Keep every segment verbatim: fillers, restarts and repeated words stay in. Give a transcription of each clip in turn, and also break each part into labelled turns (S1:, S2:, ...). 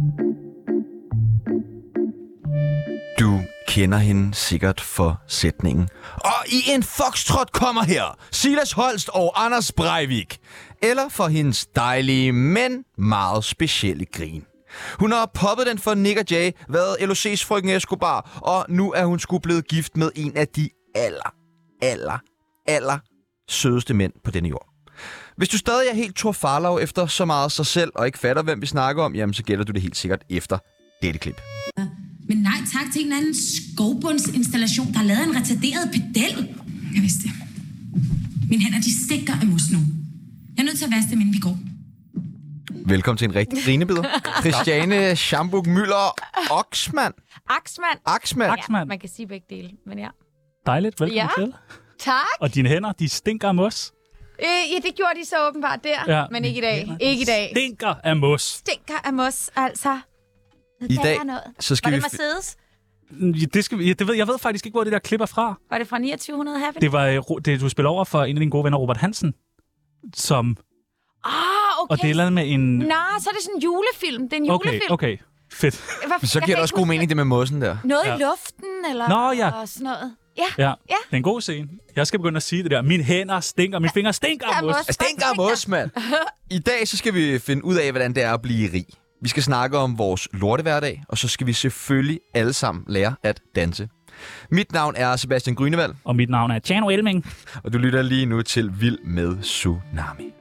S1: Du kender hende sikkert for sætningen. Og i en foxtrot kommer her Silas Holst og Anders Breivik. Eller for hendes dejlige, men meget specielle grin. Hun har poppet den for Nick og Jay, været L O C's frøken Escobar, og nu er hun sgu blevet gift med en af de aller, aller, aller sødeste mænd på denne jord. Hvis du stadig er helt Thor Farlov efter så meget sig selv og ikke fatter, hvem vi snakker om, jamen så gælder du det helt sikkert efter dette klip.
S2: Men nej tak til en anden skovbundsinstallation, der har lavet en retarderet pedel. Jeg vidste det. Mine hænder, de stikker af mus nu. Jeg er nødt til at vaske dem, inden vi går.
S1: Velkommen til en rigtig grinebider. Christiane Schaumburg Müller Oxman.
S3: Axman.
S1: Axman.
S3: Ja, man kan sige begge dele, men ja.
S4: Dejligt, velkommen
S3: Ja.
S4: til.
S3: Tak.
S4: Og dine hænder, de stinker af mos.
S3: Øh, ja, det gjorde de så åbenbart der,
S4: Ja.
S3: men ikke i dag. Ikke i dag.
S4: Stinker af mos.
S3: Stinker af mos, altså.
S1: I dag,
S3: noget.
S1: så skal
S3: Var
S1: vi...
S3: det Mercedes?
S4: Ja, Det skal, vi- ja, det ved, jeg ved faktisk ikke, hvor det der klip er fra.
S3: Var det fra niogtyve hundrede Happy?
S4: Det var øh, Ro- det, du spiller over for en af dine gode venner, Robert Hansen. Som,
S3: Ah, okay.
S4: og det er et eller andet med en...
S3: Nej, så er det sådan en julefilm. Det er en
S4: Okay,
S3: julefilm.
S4: okay. Fedt.
S3: Hvorfor-
S1: Så
S3: jeg
S1: giver
S3: kan
S1: det også
S3: ikke
S1: god
S3: huske
S1: mening, det med mossen der.
S3: Noget
S4: Ja.
S3: i luften, eller
S4: Nå, ja.
S3: og sådan noget. Ja.
S4: Ja,
S3: Ja.
S4: det er en god scene. Jeg skal begynde at sige det der. Mine hænder stinker, mine fingre stinker af
S3: Ja,
S4: mos.
S3: mos.
S1: Altså, den gør mos, mand. I dag så skal vi finde ud af, hvordan det er at blive rig. Vi skal snakke om vores lortehverdag, og så skal vi selvfølgelig alle sammen lære at danse. Mit navn er Sebastian Grünewald,
S4: Og mit navn er Tjano Elming.
S1: og du lytter lige nu til Vild med Tsunami.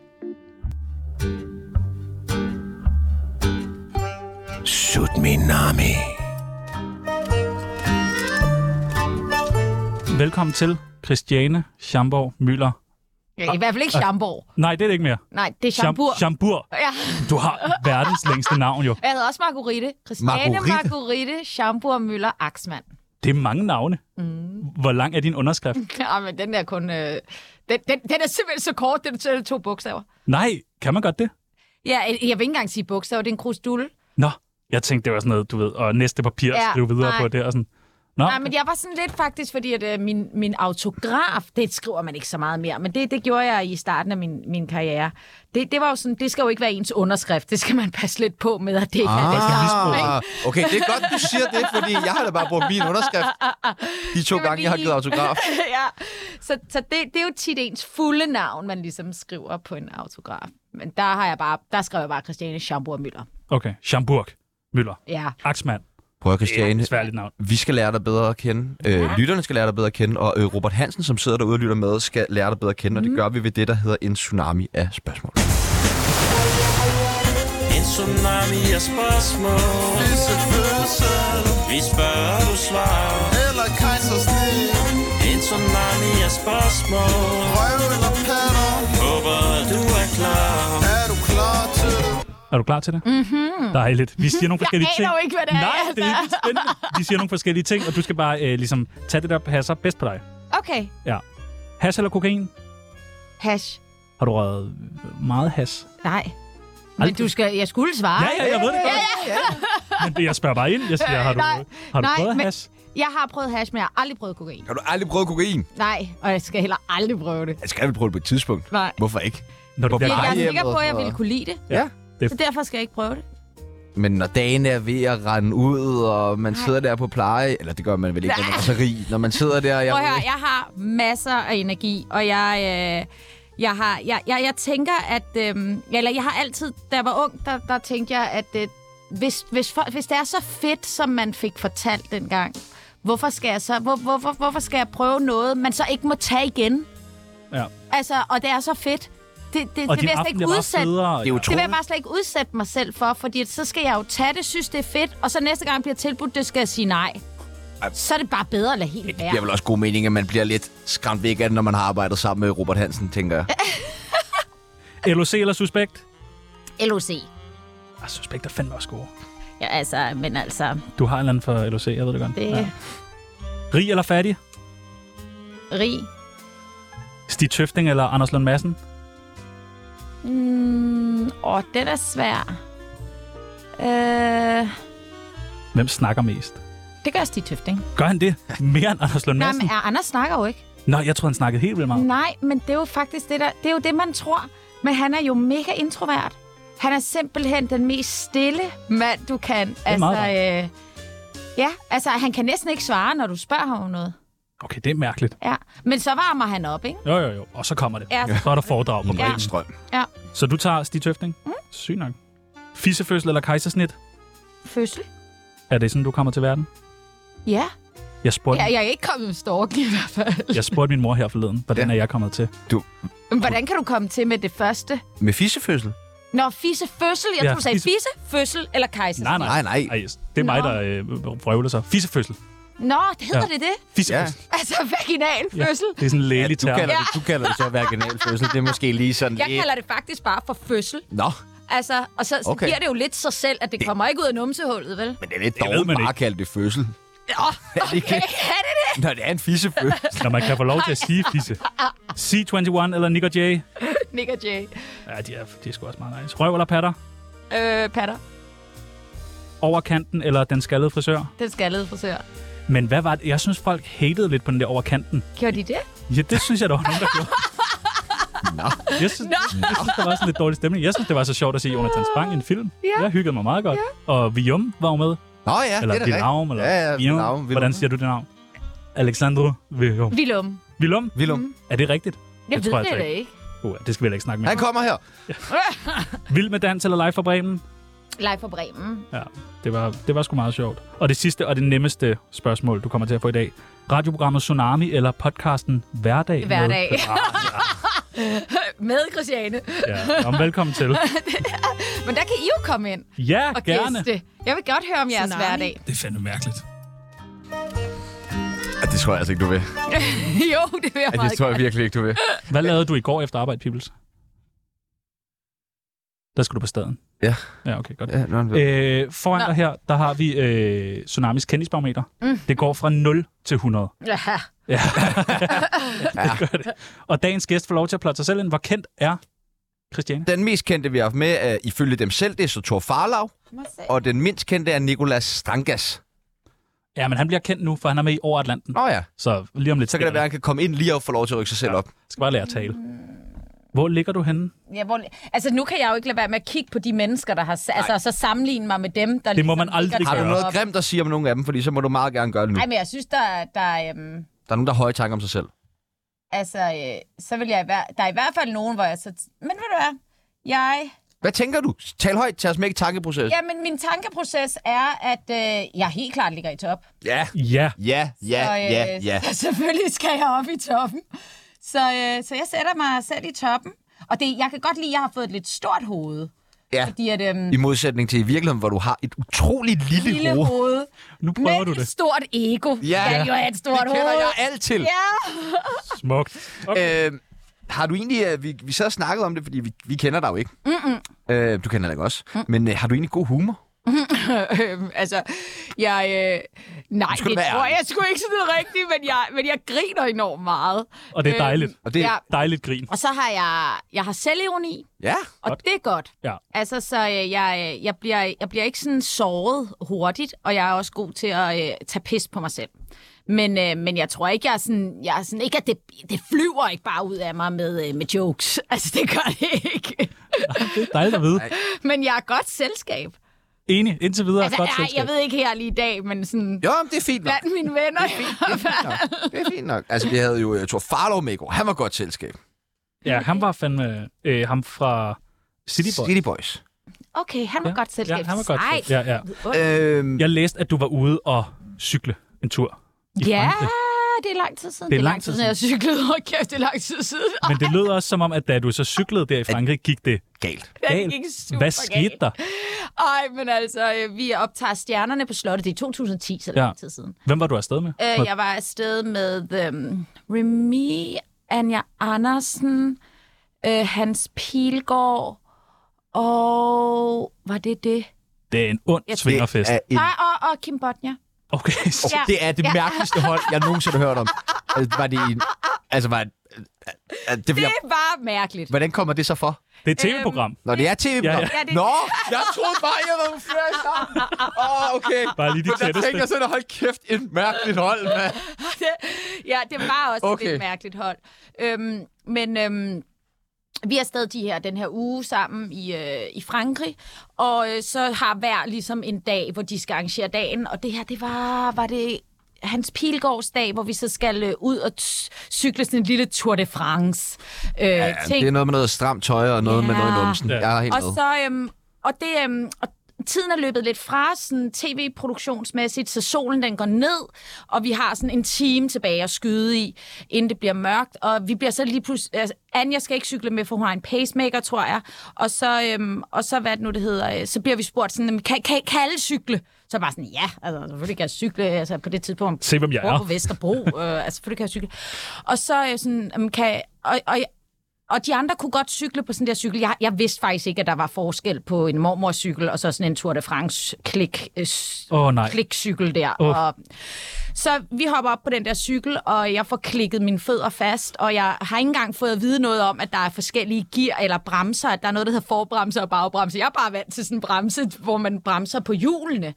S1: Tsunami.
S4: Velkommen til Christiane Schaumburg Müller.
S3: Ja, i hvert fald ikke Schaumburg.
S4: Nej, det er det ikke mere.
S3: Nej, det er Schaumburg.
S4: Schaumburg.
S3: Ja.
S4: Du har verdens længste navn jo.
S3: Jeg hedder også Marguerite. Christiane
S1: Marguerite?
S3: Marguerite Schaumburg Müller Axman.
S4: Det er mange navne. Mm. Hvor lang er din underskrift?
S3: Ja, men den der kun... Øh, den, den, den er simpelthen så kort, den er to bogstaver.
S4: Nej, kan man godt det?
S3: Ja, jeg, jeg vil ikke engang sige bogstaver, det er en krusdulle.
S4: Nå, jeg tænkte, det var sådan noget, du ved, og næste papir
S3: Ja,
S4: skrive videre
S3: nej.
S4: på det og sådan. Nå,
S3: Nej, men jeg var sådan lidt faktisk, fordi at, øh, min, min autograf, det skriver man ikke så meget mere, men det, det gjorde jeg i starten af min, min karriere. Det, det var jo sådan, det skal jo ikke være ens underskrift, det skal man passe lidt på med, at det ikke er det samme, ikke?
S1: Ah, okay, det er godt, du siger det, fordi jeg har da bare brugt min underskrift de to
S3: Det var
S1: gange, jeg har
S3: lige-
S1: givet autograf.
S3: Ja, så, så det, det er jo tit ens fulde navn, man ligesom skriver på en autograf. Men der har jeg bare, der skrev jeg bare Christiane Schaumburg Müller.
S4: okay. Schaumburg Müller.
S3: Ja.
S4: Axman.
S1: Prøv at
S4: Det er
S1: Christiane,
S4: et svært navn.
S1: vi skal lære dig bedre at kende. Øh, lytterne skal lære dig bedre at kende, og øh, Robert Hansen, som sidder derude og lytter med, skal lære dig bedre at kende, og det gør vi ved det, der hedder en tsunami af spørgsmål.
S5: En tsunami af spørgsmål. Visse fødsel. Vi spørger, du svarer. Eller kejsersnit. En tsunami af spørgsmål. Røv eller patter. Håber, du er klar. Er du klar til det?
S4: Er du klar til det? Mm-hmm. Dejligt. Vi siger nogle forskellige ting.
S3: aner jo ikke, hvad det er,
S4: Nej,
S3: altså.
S4: det er lidt spændende. Vi siger nogle forskellige ting, og du skal bare øh, ligesom tage det, der passer bedst på dig.
S3: Okay.
S4: Ja. Hash eller kokain?
S3: Hash.
S4: Har du røget meget hash?
S3: Nej. Men du skal, jeg skulle svare.
S4: Ja, ja, jeg ved det godt. Men det, jeg spørger bare ind. Jeg siger, har du,
S3: Nej,
S4: har du
S3: nej,
S4: prøvet
S3: men-
S4: hash?
S3: Jeg har prøvet hash, men jeg har aldrig prøvet kokain.
S1: Har du aldrig prøvet kokain?
S3: Nej, og jeg skal heller aldrig prøve det.
S1: Jeg skal vel prøve det på et tidspunkt.
S3: Nej.
S1: Hvorfor ikke?
S4: Når du
S1: Hvor
S4: bliver
S3: Jeg er
S1: plejehjemmet
S3: sikker på, at jeg
S1: og-
S3: ville kunne lide det.
S1: Ja.
S4: Det-
S3: Så derfor skal jeg ikke prøve det.
S1: Men når dagen er ved at rende ud, og man sidder der på pleje, eller det gør man vel ikke, når man er så rig. Når man sidder der... Jeg
S3: Prøv at høre, jeg har masser af energi, og jeg, øh, jeg, har, jeg, jeg, jeg tænker, at... Øh, eller jeg har altid, da jeg var ung, der, der tænkte jeg, at øh, hvis, hvis, for, hvis det er så fedt, som man fik fortalt dengang, hvorfor skal jeg så... Hvor, hvorfor, hvorfor skal jeg prøve noget, man så ikke må tage igen?
S4: Ja.
S3: Altså, og det er så fedt. Det, det, det
S4: Og
S3: vil
S4: din
S3: jeg slet
S4: aften
S3: ikke
S4: bliver bare
S3: udsætte.
S4: federe.
S1: Det er jo
S3: Det vil jeg bare slet ikke udsætte mig selv for, fordi så skal jeg jo tage det, synes det er fedt, og så næste gang jeg bliver tilbudt, det skal jeg sige nej. Så er det bare bedre at lade helt
S1: Det
S3: være.
S1: giver vel også god mening, at man bliver lidt skræmt væk af det, når man har arbejdet sammen med Robert Hansen, tænker jeg.
S4: L O C eller suspekt?
S3: L O C.
S4: Ah, suspekt er fandme også god.
S3: Ja, altså, men altså,
S4: Du har en eller anden for L O C, jeg ved det godt.
S3: det er
S4: Ja. Rig eller fattig?
S3: rig.
S4: Stig Tøfting eller Anders Lund Madsen?
S3: Mm, åh, den er svær. Øh,
S4: Hvem snakker mest?
S3: det gør Stig Tøfting.
S4: Gør han det? Mere end Anders Lund
S3: Nej,
S4: Madsen?
S3: men er, Anders snakker jo ikke.
S4: Nå, jeg tror han snakkede helt vildt meget.
S3: Nej, men det er jo faktisk det der, det er jo det, man tror. Men han er jo mega introvert. Han er simpelthen den mest stille mand, du kan.
S4: er
S3: Altså,
S4: meget
S3: øh, ja, altså, han kan næsten ikke svare, når du spørger ham om noget.
S4: Okay, det er mærkeligt.
S3: Ja, men så varmer han op, ikke?
S4: Jo, jo, jo. Og så kommer det.
S3: Ja.
S4: Så er der foredrag på
S3: Ja.
S4: bremen.
S1: Strøm.
S3: Ja.
S4: Så du tager Stig Tøfting? Mm. Sygt nok. Fissefødsel eller kejsersnit?
S3: Fødsel?
S4: Er det sådan, du kommer til verden?
S3: Ja.
S4: Jeg spurgte,
S3: ja. Jeg er ikke kommet med storken i hvert fald.
S4: jeg spurgte min mor her forleden, hvordan
S1: Ja.
S4: er jeg kommet til?
S3: Men hvordan kan du komme til med det første?
S1: Med fissefødsel?
S3: Nå, fisse fødsel. Jeg
S4: Ja,
S3: tror, du sagde
S4: fisse-
S3: fisse, fødsel eller kejsersnit.
S4: Nej, nej.
S1: Nej, nej.
S4: Ej, det er mig,
S3: Nå.
S4: der øh, vrøvler sig. Fissefødsel.
S3: Nå, det hedder
S4: Ja.
S3: det det?
S4: Fissefødsel.
S3: Altså, vaginal fødsel.
S4: Det er sådan en
S1: Ja,
S4: lægelig
S1: du,
S4: term.
S1: kalder det, du kalder det så vaginal fødsel. Det er måske lige sådan
S3: Jeg
S1: lidt...
S3: kalder det faktisk bare for fødsel.
S1: Nå,
S3: Altså, og så, så
S1: Okay.
S3: giver det jo lidt sig selv, at det kommer ikke ud af numsehullet, vel?
S1: men det er lidt
S4: Det ved
S1: dårligt
S4: man
S1: bare
S4: ikke.
S1: at kalde det fødsel.
S3: Nå, okay,
S1: ikke?
S3: er det det?
S1: Når det er en fissefødsel.
S4: Når man kan få lov til at sige fisse. C enogtyve eller Nick og Jay?
S3: Nick og Jay.
S4: Ja, de er, de er sgu også meget nice. Røv eller patter?
S3: Øh, patter.
S4: Over kanten eller den skaldede frisør?
S3: Den skaldede frisør.
S4: Men hvad var det? Jeg synes, folk hatede lidt på den der over kanten.
S3: Gjorde de det?
S4: Ja, det synes jeg, der var nogen, der gjorde.
S1: Nå.
S4: Jeg synes, jeg synes, der var sådan lidt dårlig stemning. Jeg synes, det var så sjovt at se Jonathan Spang i en film.
S3: Ja.
S4: Jeg hyggede mig meget godt. Ja. Og Vium var jo med.
S1: Nå ja,
S4: Eller
S1: det er da
S4: dit
S1: rigtigt.
S4: navn. Eller
S1: Ja, ja,
S4: Vium.
S1: Vilum.
S4: Hvordan siger du det navn? Alexandre Vium.
S3: Vilum.
S4: Vilum?
S1: Vilum.
S4: Er det rigtigt?
S3: Jeg
S4: Det
S3: ved
S4: tror jeg
S3: det
S4: altså
S3: da ikke.
S4: Uh, det skal vi heller ikke snakke mere
S1: Han
S4: om.
S1: kommer her.
S4: Vild med dans eller live fra Bremen?
S3: Live fra Bremen.
S4: Ja, det var, det var sgu meget sjovt. Og det sidste og det nemmeste spørgsmål, du kommer til at få i dag. Radioprogrammet Tsunami eller podcasten Hverdag?
S3: Hverdag.
S4: Med, ah,
S3: Med Christiane.
S4: ja, ja. Velkommen til.
S3: Men der kan I jo komme ind
S4: Ja,
S3: og
S4: gerne.
S3: gæste. Jeg vil godt høre om jeres
S6: Tsunami.
S3: hverdag.
S4: Det er fandme mærkeligt.
S1: Ja, det tror jeg altså ikke, du vil.
S3: Jo, det vil jeg
S1: Ja,
S3: meget
S1: det tror jeg
S3: gerne.
S1: virkelig ikke, du vil.
S4: Hvad lavede du i går efter arbejde, Pibels? Der skulle du på staden.
S1: Ja.
S4: Ja, okay, godt.
S1: Ja, nå, han ved.
S4: Øh, foran
S3: Nå.
S4: dig her, der har vi øh, Tsunamis kendisbarometer.
S3: Mm.
S4: Det går fra nul til hundrede.
S3: Ja.
S4: Ja. det gør det. Og dagens gæst får lov til at plotte sig selv ind. Hvor kendt er Christiane?
S1: Den mest kendte, vi har haft med, er, ifølge dem selv, det er så Thor Farlav.
S3: Må se.
S1: Og den mindst kendte er Nicolas Strangas.
S4: Ja, men han bliver kendt nu, for han er med i Over Atlanten.
S1: Nå ja,
S4: Så lige om lidt.
S1: så kan det være, at han kan komme ind lige og få lov til at rykke sig selv op.
S4: Skal bare lære at tale. Hvor ligger du henne?
S3: Ja, hvor, altså, nu kan jeg jo ikke lade være med at kigge på de mennesker, der har... Altså, så sammenligne mig med dem, der
S4: Det må
S3: ligesom
S4: man aldrig
S3: ligger
S1: Har du
S4: gøre.
S1: noget
S3: deroppe.
S1: grimt at sige om nogle af dem? Fordi så må du meget gerne gøre det nu.
S3: Nej, men jeg synes, der, der er... Øhm,
S1: Der er nogen, der har høje tanker om sig selv.
S3: altså, øh, så vil jeg... i hver- Der er i hvert fald nogen, hvor jeg så... Men ved du hvad? Jeg...
S1: Hvad tænker du? Tal højt, tag os med i tankeproces.
S3: Jamen, min tankeproces er, at øh, jeg helt klart ligger i top.
S1: Ja,
S4: Ja.
S1: ja, ja,
S3: Så, øh,
S1: ja, ja.
S3: Så selvfølgelig skal jeg op i toppen. Så, øh, så jeg sætter mig selv i toppen. Og det, jeg kan godt lide, at jeg har fået et lidt stort hoved.
S1: Ja,
S3: Fordi at... Øhm,
S1: i modsætning til i virkeligheden, hvor du har et utroligt lille,
S3: lille
S1: hoved.
S3: hoved.
S4: Nu prøver
S3: Men
S4: du
S3: et
S4: det.
S3: stort ego.
S1: Ja.
S3: Skal jo have et stort
S1: Det
S3: hoved.
S1: kender jeg alt til.
S3: Ja.
S4: Smukt. Okay.
S1: Øh, har du egentlig... Øh, vi, vi sad og snakkede om det, fordi vi, vi kender dig jo ikke. Mm-mm. Øh, du kender dig ikke også. Mm. Men øh, har du egentlig god humor?
S3: øhm, altså, jeg... Øh, nej,
S1: skal
S3: det
S1: du være
S3: tror
S1: ærlig.
S3: jeg sgu ikke sådan noget rigtigt, men jeg, men jeg griner enormt meget.
S4: Og det er dejligt.
S1: Og det,
S3: Ja.
S4: Dejligt grin.
S3: Og så har jeg... Jeg har selvironi,
S1: ja.
S3: og
S4: Godt.
S3: det er godt.
S4: Ja.
S3: Altså, så øh, jeg, øh, jeg, bliver, jeg bliver ikke sådan såret hurtigt, og jeg er også god til at øh, tage pis på mig selv. Men, øh, men jeg tror ikke, jeg er sådan... Jeg er sådan ikke, at det, det flyver ikke bare ud af mig med, øh, med jokes. Altså, det gør det ikke.
S4: Det er dejligt at vide.
S3: Men jeg er godt selskab.
S4: Enig. Indtil videre.
S3: Altså,
S4: godt
S3: ej,
S4: selskab.
S3: jeg ved ikke her lige i dag, men sådan...
S1: Jo, men det er fint nok.
S3: Blandt mine venner.
S1: Det er fint nok. Det er fint nok. Altså, vi havde jo uh, Thor Farlav med i går. Han var godt selskab.
S4: Ja, han var fandme... Øh, ham fra City Boy.
S1: City Boys.
S3: Okay, han var
S4: Ja.
S3: godt selskab.
S4: Ja, han var godt
S3: Sejt.
S4: selskab. Ja, ja.
S1: Øhm,
S4: Jeg læste, at du var ude og cykle en tur i
S3: Ja,
S4: Frankrig.
S3: det er lang tid siden.
S4: Det er lang tid
S3: siden, jeg cyklede. Hold kæft, det er lang tid siden.
S4: Men det lød også som om, at da du så cyklede der i Frankrig, gik det
S1: galt.
S3: Det
S4: galt.
S3: gik super
S4: Hvad skete
S3: galt.
S4: der?
S3: Ej, men altså, øh, vi optager Stjernerne på slottet. Det er to tusind og ti, så det er
S4: Ja.
S3: lang tid siden.
S4: Hvem var du afsted med?
S3: Øh, jeg var afsted med um, Remy, Anja Andersen, øh, Hans Pilgaard, og var det det?
S4: Det er en ond
S3: Jeg-
S4: svingerfest.
S1: Det er, en,
S3: Nej, og, og Kim Bodnia.
S4: Okay.
S3: Ja.
S1: det er det
S3: Ja.
S1: mærkeligste hold, jeg nogensinde har hørt om. Altså, var det en... Altså, var... Det, det,
S3: Det
S1: jeg,
S3: var mærkeligt.
S1: hvordan kommer det så for?
S4: Det er et tv-program.
S1: Når det er tv-program?
S4: Ja,
S3: ja. Ja, det-
S1: Nå, jeg troede bare, jeg var fresh. Åh, oh, okay.
S4: Bare lige de
S1: Men der
S4: tætteste.
S1: tænker jeg sådan, hold kæft, et mærkeligt hold, mand.
S3: Ja, det var også
S1: Okay.
S3: et lidt mærkeligt hold. Øhm, men, øhm, vi er stadig de her, den her uge sammen i, øh, i Frankrig, og øh, så har hver ligesom en dag, hvor de skal arrangere dagen, og det her, det var, var det Hans Pilgaards dag, hvor vi så skal øh, ud og t- cykle sådan en lille Tour de France. Øh,
S1: Ja,
S3: ting.
S1: det er noget med noget stramt tøj og noget
S3: Ja.
S1: med noget i numsen.
S4: Ja.
S1: Jeg er helt
S3: Og
S1: med.
S3: så, øhm, og det, øhm, og tiden er løbet lidt fra, sådan tv-produktionsmæssigt, så solen den går ned, og vi har sådan en time tilbage at skyde i, inden det bliver mørkt, og vi bliver så lige pludselig, altså, Anja skal ikke cykle med, for hun har en pacemaker, tror jeg, og så, øhm, og så hvad det nu det hedder, så bliver vi spurgt sådan, kan, kan, kan alle cykle? Så bare sådan, ja, altså selvfølgelig kan jeg cykle, altså på det tidspunkt,
S4: Se, hvem jeg er.
S3: på Vesterbro, øh, altså selvfølgelig kan jeg cykle. Og så øh, sådan, um, kan, og, og Og de andre kunne godt cykle på sådan der cykel. Jeg, jeg vidste faktisk ikke, at der var forskel på en mormorcykel og så sådan en Tour de France klik, øh,
S4: Åh, nej.
S3: klikcykel der.
S4: Oh.
S3: Og, så vi hopper op på den der cykel, og jeg får klikket mine fødder fast, og jeg har ikke engang fået at vide noget om, at der er forskellige gear eller bremser, at der er noget, der hedder forbremser og bagbremser. Jeg er bare vant til sådan en bremse, hvor man bremser på hjulene.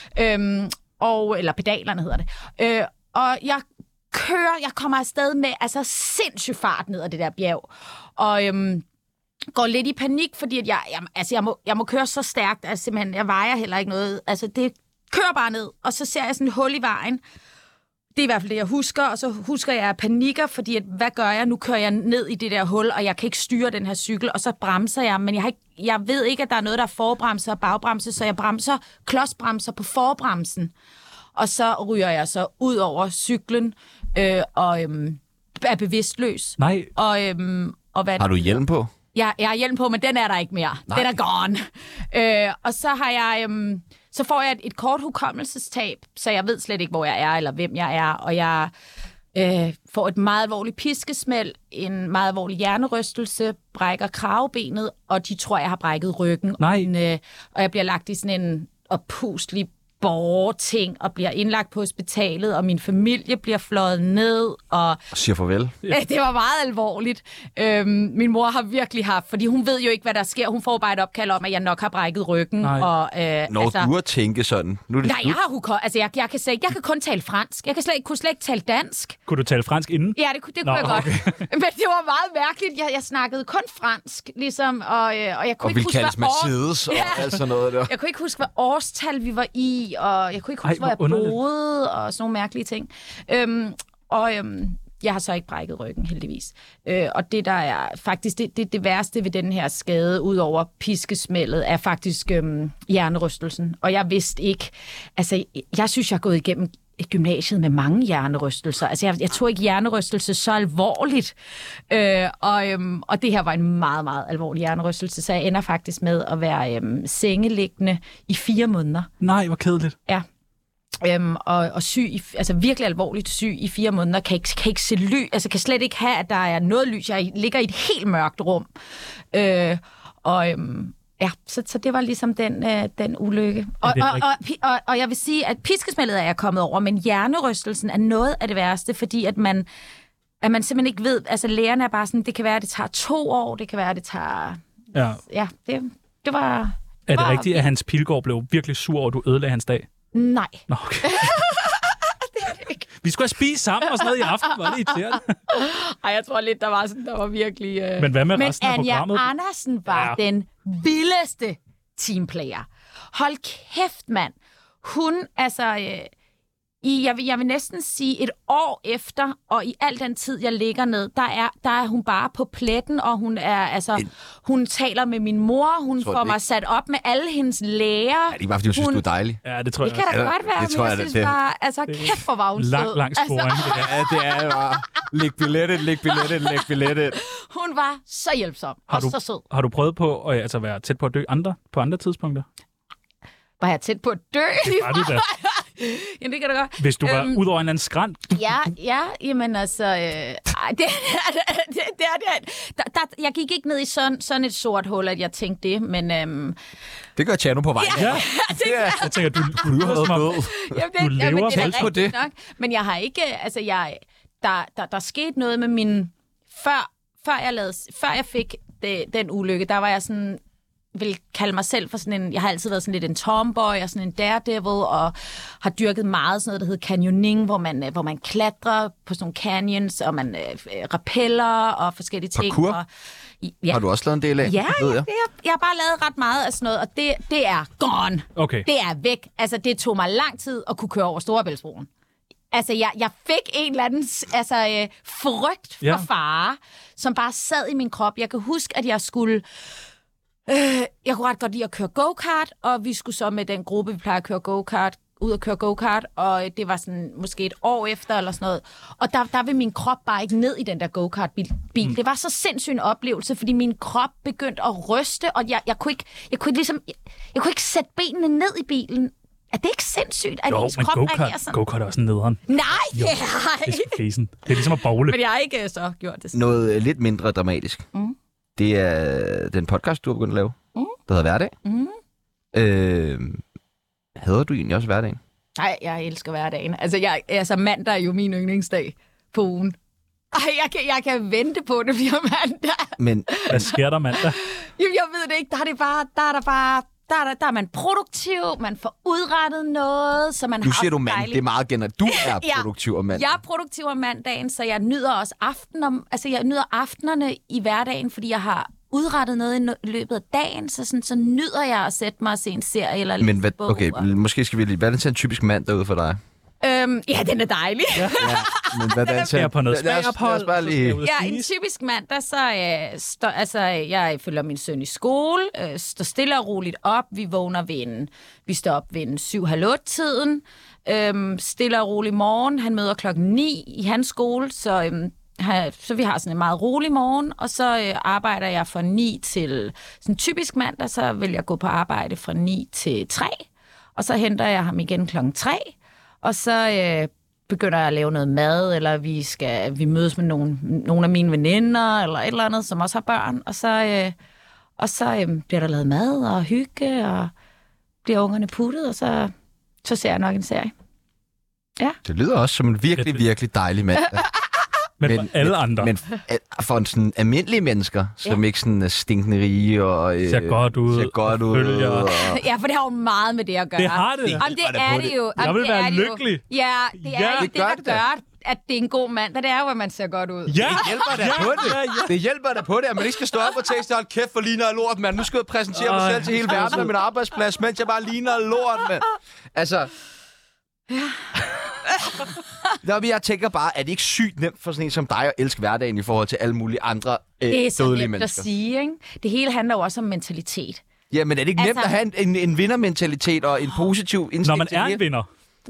S3: Øhm, og, eller pedalerne hedder det. Øh, og jeg kører, jeg kommer afsted med altså sindssyg fart ned ad det der bjerg. Og øhm, går lidt i panik, fordi at jeg, jeg, altså jeg, må, jeg må køre så stærkt, at simpelthen, jeg vejer heller ikke noget. Altså det kører bare ned, og så ser jeg sådan et hul i vejen. Det er i hvert fald det, jeg husker, og så husker jeg panikker, fordi at, hvad gør jeg? Nu kører jeg ned i det der hul, og jeg kan ikke styre den her cykel, og så bremser jeg, men jeg, har ikke, jeg ved ikke, at der er noget, der er forbremser og bagbremse, så jeg bremser, klodsbremser på forbremsen. Og så ryger jeg så ud over cyklen øh, og øhm, er bevidstløs.
S4: Nej.
S3: Og, øhm, og hvad
S1: Har du hjelm på?
S3: Jeg, jeg har hjelm på, men den er der ikke mere. Nej. Den er gone. Øh, og så har jeg, øhm, så får jeg et, et kort hukommelsestab, så jeg ved slet ikke, hvor jeg er, eller hvem jeg er. Og jeg øh, får et meget alvorligt piskesmæld, en meget alvorlig hjernerystelse, brækker kravebenet, og de tror, jeg har brækket ryggen.
S4: Nej.
S3: Og, en, øh, og jeg bliver lagt i sådan en oppustelig borgerting og bliver indlagt på hospitalet, og min familie bliver fløjet ned, og
S1: Og siger farvel.
S3: ja. det var meget alvorligt. Øhm, min mor har virkelig haft, fordi hun ved jo ikke, hvad der sker. Hun får bare et opkald om, at jeg nok har brækket ryggen.
S4: Nej.
S3: Og, øh,
S1: Når
S3: altså,
S1: du har tænkt sådan, nu er det
S3: nej, jeg
S1: slut.
S3: har huko- altså jeg, jeg kan slet ikke, jeg kan kun tale fransk. Jeg kan slet ikke, kunne slet ikke tale dansk.
S4: Kunne du tale fransk inden?
S3: Ja, det, kunne- det
S4: Nå,
S3: kunne jeg
S4: okay.
S3: godt. Men det var meget mærkeligt. Jeg, jeg snakkede kun fransk, ligesom, og, øh, og jeg kunne
S1: Og
S3: ikke
S1: vil
S3: huske,
S1: kaldes
S3: hvad år-
S1: Mercedes og
S3: Ja.
S1: alt sådan noget der.
S3: Jeg kunne ikke huske, hvad årstal vi var i, og jeg kunne ikke
S4: Ej,
S3: huske, hvor jeg
S4: hvor underligt.
S3: boede, og sådan nogle mærkelige ting. Øhm, og øhm, jeg har så ikke brækket ryggen, heldigvis. Øh, og det, der er faktisk det, det, det værste ved den her skade, ud over piskesmældet, er faktisk øhm, hjernerystelsen. Og jeg vidste ikke, altså jeg synes, jeg har gået igennem gymnasiet med mange hjernerystelser. Altså, jeg, jeg tog ikke hjernerystelse så alvorligt. Øh, og, øhm, og det her var en meget, meget alvorlig hjernerystelse, så jeg ender faktisk med at være øhm, sengeliggende i fire måneder.
S4: Nej, hvor kedeligt.
S3: Ja. Øhm, og, og syg, i, altså virkelig alvorligt syg i fire måneder, kan ikke, kan ikke se lys, altså kan slet ikke have, at der er noget lys. Jeg ligger i et helt mørkt rum. Øh, og øhm, ja, så, så det var ligesom den, øh, den ulykke. Og,
S4: det
S3: og,
S4: rigtigt?
S3: og, pi- og, og jeg vil sige, at piskesmældet er jeg kommet over, men hjernerystelsen er noget af det værste, fordi at man, at man simpelthen ikke ved, altså lægerne er bare sådan, det kan være, at det tager to år, det kan være, at det tager,
S4: Ja.
S3: ja, det, det var...
S4: Er det
S3: var-
S4: rigtigt, at Hans Pilgaard blev virkelig sur over, at du ødelagde hans dag?
S3: Nej.
S4: Nå, okay. Vi skulle have spist sammen og sådan noget i aften, var det irriterende.
S3: Ej, jeg tror lidt, der var sådan, der var virkelig... Øh...
S4: Men hvad med
S3: Men
S4: resten af
S3: Anja
S4: programmet?
S3: Andersen var
S4: Ja.
S3: ja. den vildeste teamplayer. Hold kæft, mand. Hun, altså... Øh... I, jeg, vil, jeg vil næsten sige et år efter, og i al den tid, jeg ligger ned, der er, der er hun bare på pletten, og hun er, altså,
S1: En-
S3: hun taler med min mor, hun
S1: Tror
S3: får
S1: det
S3: mig
S1: ikke.
S3: sat op med alle hendes læger.
S1: Ja, det er bare, fordi hun synes,
S3: Hun-
S1: du er dejlig.
S4: Ja, det tror
S3: Det
S4: jeg
S3: kan
S4: også.
S3: da
S1: Ja,
S3: godt være,
S1: det
S3: men
S1: tror
S3: jeg
S1: jeg,
S3: synes
S1: det-
S3: bare, altså kæft, hvor var hun
S4: Lang,
S3: sød.
S4: lang sporing,
S3: Altså,
S4: det der.
S1: Ja, det er bare... Læg billettet, læg billettet, læg billettet.
S3: hun var så hjælpsom
S4: Har
S3: og
S4: du-
S3: så sød.
S4: Har du prøvet på at altså, være tæt på at dø andre, på andre tidspunkter?
S3: Var jeg tæt på at dø?
S4: Var du da?
S3: Jamen, det kan da godt.
S4: Hvis du var
S3: Øhm,
S4: ud over en eller anden skrant?
S3: Ja, ja, jamen altså... Øh, ej, det, det, det, det, det, der, der, jeg gik ikke ned i sådan, sådan et sort hul, at jeg tænkte det, men... Øhm,
S1: Det gør Tjano på vej.
S4: Ja,
S1: Det er,
S4: jeg tænker, du, du,
S1: du
S4: du
S1: har
S4: som om,
S1: været død.
S3: jamen,
S4: Du
S3: det,
S4: lever
S3: jamen, det er
S1: tæt
S3: da
S1: på
S3: rigtigt
S1: det.
S3: nok, men jeg har ikke... Altså, jeg, der, der, der skete noget med min... Før, før, jeg, lavede, før jeg fik det, den ulykke, der var jeg sådan vil kalde mig selv for sådan en... Jeg har altid været sådan lidt en tomboy og sådan en daredevil, og har dyrket meget sådan noget, der hedder canyoning, hvor man, hvor man klatrer på sådan nogle canyons, og man øh, rappeller og forskellige ting.
S1: Parkour?
S3: Og, ja.
S1: Har du også lavet en del af?
S3: Ja,
S1: ved jeg.
S3: jeg, jeg, jeg har bare lavet ret meget af sådan noget, og det, det er gone.
S4: Okay.
S3: Det er væk. Altså, det tog mig lang tid at kunne køre over Storebæltsbroen. Altså, jeg, jeg fik en eller anden altså, øh, frygt for
S4: ja.
S3: fare, som bare sad i min krop. Jeg kan huske, at jeg skulle... Øh, jeg kunne ret godt lide at køre go-kart, og vi skulle så med den gruppe, vi plejer at køre go-kart, ud og køre go-kart, og det var sådan måske et år efter eller sådan noget. Og der, der vil min krop bare ikke ned i den der go-kart-bil. Mm. Det var så sindssygt en oplevelse, fordi min krop begyndte at ryste, og jeg, jeg, kunne, ikke, jeg, kunne, ikke ligesom, jeg, jeg kunne ikke sætte benene ned i bilen. Er det ikke sindssygt, at
S4: jo,
S3: ens
S4: men
S3: krop
S4: go-kart,
S3: reagerer sådan?
S4: go-kart er også nederen.
S3: Nej,
S4: jo,
S3: det er
S4: det er fesen. Det er ligesom at bowle.
S3: Men jeg har ikke så gjort det.
S1: Noget øh, lidt mindre dramatisk.
S3: Mm.
S1: Det er den podcast, du har begyndt at lave,
S3: mm.
S1: der hedder Hverdag.
S3: Mm.
S1: Øh, hader du egentlig også hverdagen?
S3: Nej, jeg elsker hverdagen. Altså, jeg, altså mandag er jo min yndlingsdag på ugen. Ej, jeg kan, jeg kan vente på, det bliver mandag.
S1: Men
S4: hvad sker der mandag?
S3: Jamen, jeg ved det ikke. Der er det bare, der er der bare, der er, der, der er man produktiv, man får udrettet noget, så man
S1: nu
S3: har
S1: siger du mand, det er meget generelt. Du er
S3: ja,
S1: produktiv om mandagen.
S3: Jeg er produktiv om mandagen, så jeg nyder også aften om, altså jeg nyder aftenerne i hverdagen, fordi jeg har udrettet noget i løbet af dagen, så, sådan, så nyder jeg at sætte mig og se en serie eller
S1: Men hvad,
S3: bog.
S1: okay, måske skal vi lige... Hvad er det til en typisk mand derude for dig?
S3: Øhm, ja, den er dejlig.
S1: Ja, ja men hvad er det til?
S4: Jeg er på noget
S1: spærophold.
S4: lige...
S3: Ja, en typisk mandag, så øh, står, altså, jeg følger min søn i skole, øh, står stille og roligt op. Vi vågner ved en, vi står op ved en syv halv otte tiden. Øhm, stille og rolig morgen. Han møder klokken ni i hans skole, så... Øhm, Så vi har sådan en meget rolig morgen, og så øh, arbejder jeg fra ni til sådan typisk mandag, så vil jeg gå på arbejde fra ni til tre, og så henter jeg ham igen klokken tre, og så øh, begynder jeg at lave noget mad, eller vi skal vi mødes med nogle, nogle af mine veninder, eller et eller andet, som også har børn, og så, øh, og så øh, bliver der lavet mad og hygge, og bliver ungerne puttet, og så, så ser jeg nok en serie. Ja.
S1: Det lyder også som en virkelig, virkelig dejlig mand.
S4: Men, men for alle
S1: men,
S4: andre.
S1: Men for sådan almindelige mennesker, som ja. ikke sådan er stinkende rige og... Øh,
S4: ser godt ud.
S1: Ser godt ud.
S4: Og...
S3: Ja, for det har jo meget med det at gøre.
S4: Det har det.
S3: Jamen, det er det jo.
S4: Jeg vil
S3: det
S4: være
S3: det
S4: lykkelig.
S3: Jo. Ja, det er
S4: ja,
S3: jo
S1: det,
S3: det,
S1: gør
S3: der
S1: det
S3: gør, at det er en god mand. Det er jo, at man ser godt ud.
S4: Ja,
S1: det hjælper da
S4: ja,
S1: på det.
S4: Ja, ja.
S1: Det hjælper da på det, at man ikke skal stå op og tænke, hold kæft for ligner lort, mand. Nu skal jeg præsentere mig selv til hele verden af min arbejdsplads, mens jeg bare ligner lort, mand. Altså... Ja. Nå, men jeg tænker bare, at det ikke sygt nemt for sådan en som dig at elske hverdagen i forhold til alle mulige andre øh,
S3: det er så
S1: dødelige
S3: nemt
S1: mennesker.
S3: at sige, ikke? Det hele handler jo også om mentalitet.
S1: Ja, men er det ikke nemt
S3: altså...
S1: at have en, en, en vindermentalitet og en positiv indstilling?
S4: Når man er en vinder?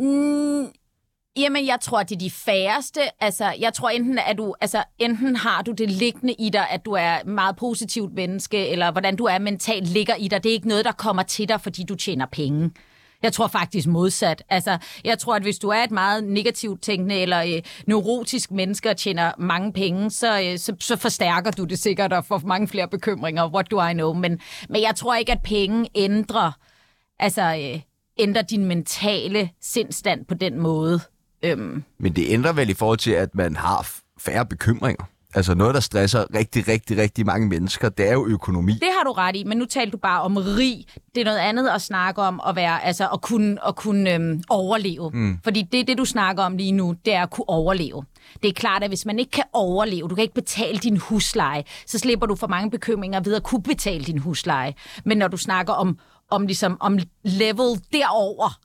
S3: Mm, jamen, jeg tror, det er de færreste. Altså, jeg tror enten, at du, altså, enten har du det liggende i dig, at du er meget positivt menneske, eller hvordan du er mentalt ligger i dig. Det er ikke noget, der kommer til dig, fordi du tjener penge. Jeg tror faktisk modsat. Altså, jeg tror, at hvis du er et meget negativt tænkende eller øh, neurotisk menneske og tjener mange penge, så, øh, så, så forstærker du det sikkert og får mange flere bekymringer. What do I know? Men, men jeg tror ikke, at penge ændrer, altså, øh, ændrer din mentale sindstand på den måde. Øhm.
S1: Men det ændrer vel i forhold til, at man har færre bekymringer. Altså noget, der stresser rigtig, rigtig, rigtig mange mennesker, det er jo økonomi.
S3: Det har du ret i, men nu talte du bare om rig. Det er noget andet at snakke om at være, altså at kunne, at kunne øhm, overleve. Mm. Fordi det, det, du snakker om lige nu, det er at kunne overleve. Det er klart, at hvis man ikke kan overleve, du kan ikke betale din husleje, så slipper du for mange bekymringer ved at kunne betale din husleje. Men når du snakker om, om, ligesom, om level derover,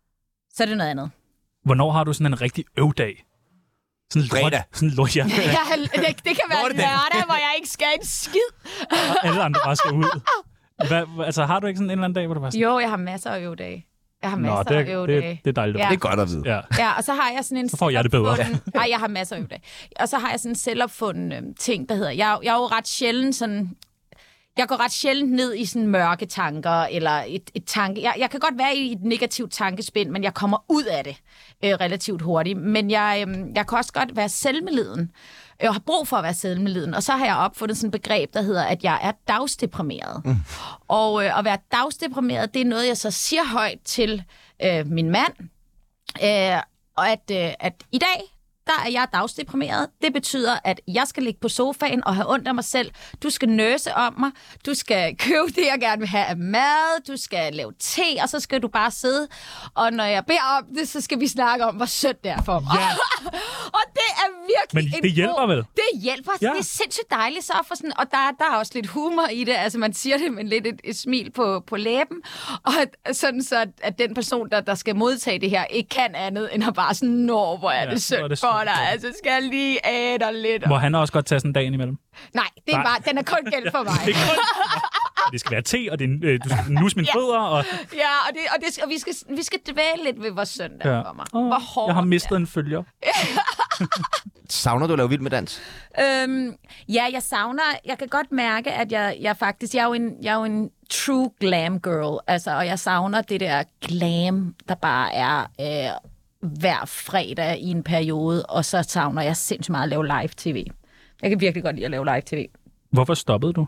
S3: så er det noget andet.
S4: Hvornår har du sådan en rigtig øvdag? Sådan
S1: fredag.
S4: Sådan lort, ja.
S3: ja det, det kan være lørdag, hvor jeg ikke skal en skid.
S4: Og alle andre bare skal ud. Hvad, altså, har du ikke sådan en eller anden dag, hvor du bare sådan...
S3: Jo, jeg har masser af øvedage. Jeg har masser
S4: Nå, det,
S3: af øvedage.
S4: Det, det er dejligt.
S3: Ja.
S1: Det er godt at vide.
S4: Ja.
S3: ja, og så har jeg sådan en...
S4: Så får jeg det bedre.
S3: Nej, jeg har masser af øvedage. Og så har jeg sådan en selvopfunden øh, ting, der hedder... Jeg, jeg er jo ret sjældent sådan... Jeg går ret sjældent ned i sådan mørke tanker, eller et, et tanke... Jeg, jeg kan godt være i et negativt tankespind, men jeg kommer ud af det øh, relativt hurtigt. Men jeg, øh, jeg kan også godt være selvmedliden. Jeg har brug for at være selvmedliden. Og så har jeg opfundet sådan et begreb, der hedder, at jeg er dagsdeprimeret. Mm. Og øh, at være dagsdeprimeret, det er noget, jeg så siger højt til øh, min mand. Øh, og at, øh, at i dag, der er jeg dagsdeprimeret. Det betyder, at jeg skal ligge på sofaen og have ondt af mig selv. Du skal nøse om mig. Du skal købe det, jeg gerne vil have af mad. Du skal lave te, og så skal du bare sidde. Og når jeg beder om det, så skal vi snakke om, hvor sødt det er for mig.
S4: Ja.
S3: Og det er virkelig
S4: Men
S3: en
S4: det hjælper
S3: god...
S4: vel?
S3: Det hjælper.
S4: Ja.
S3: Det er sindssygt dejligt så for sådan... Og der, der er også lidt humor i det. Altså, man siger det med lidt et, et smil på, på læben. Og at, sådan så, at, at den person, der, der skal modtage det her, ikke kan andet, end at bare sådan, nå, hvor er
S4: Ja,
S3: det synd
S4: hvor er det
S3: for
S4: synd
S3: dig.
S4: for dig.
S3: Altså, skal jeg lige æde dig lidt.
S4: Må han også godt tage sådan en dag imellem?
S3: Nej, det er
S4: Nej.
S3: bare, den er kun gæld for mig.
S4: Det, er kun... det skal være te, og det er, øh, du skal nuse mine
S3: Ja.
S4: fødder. Og...
S3: Ja, og, det, og, det, og vi, skal, vi skal dvæle lidt ved, hvor synd det er
S4: Ja.
S3: for mig.
S4: Åh,
S3: Hvor hårdt
S4: jeg har
S3: det
S4: mistet en følger.
S1: Savner du at lave Vild med Dans?
S3: Øhm, ja, jeg savner... Jeg kan godt mærke, at jeg, jeg faktisk... Jeg er, jo en, jeg er jo en true glam girl. Altså, og jeg savner det der glam, der bare er øh, hver fredag i en periode. Og så savner jeg sindssygt meget at lave live-tv. Jeg kan virkelig godt lide at lave live-tv.
S4: Hvorfor stoppede du?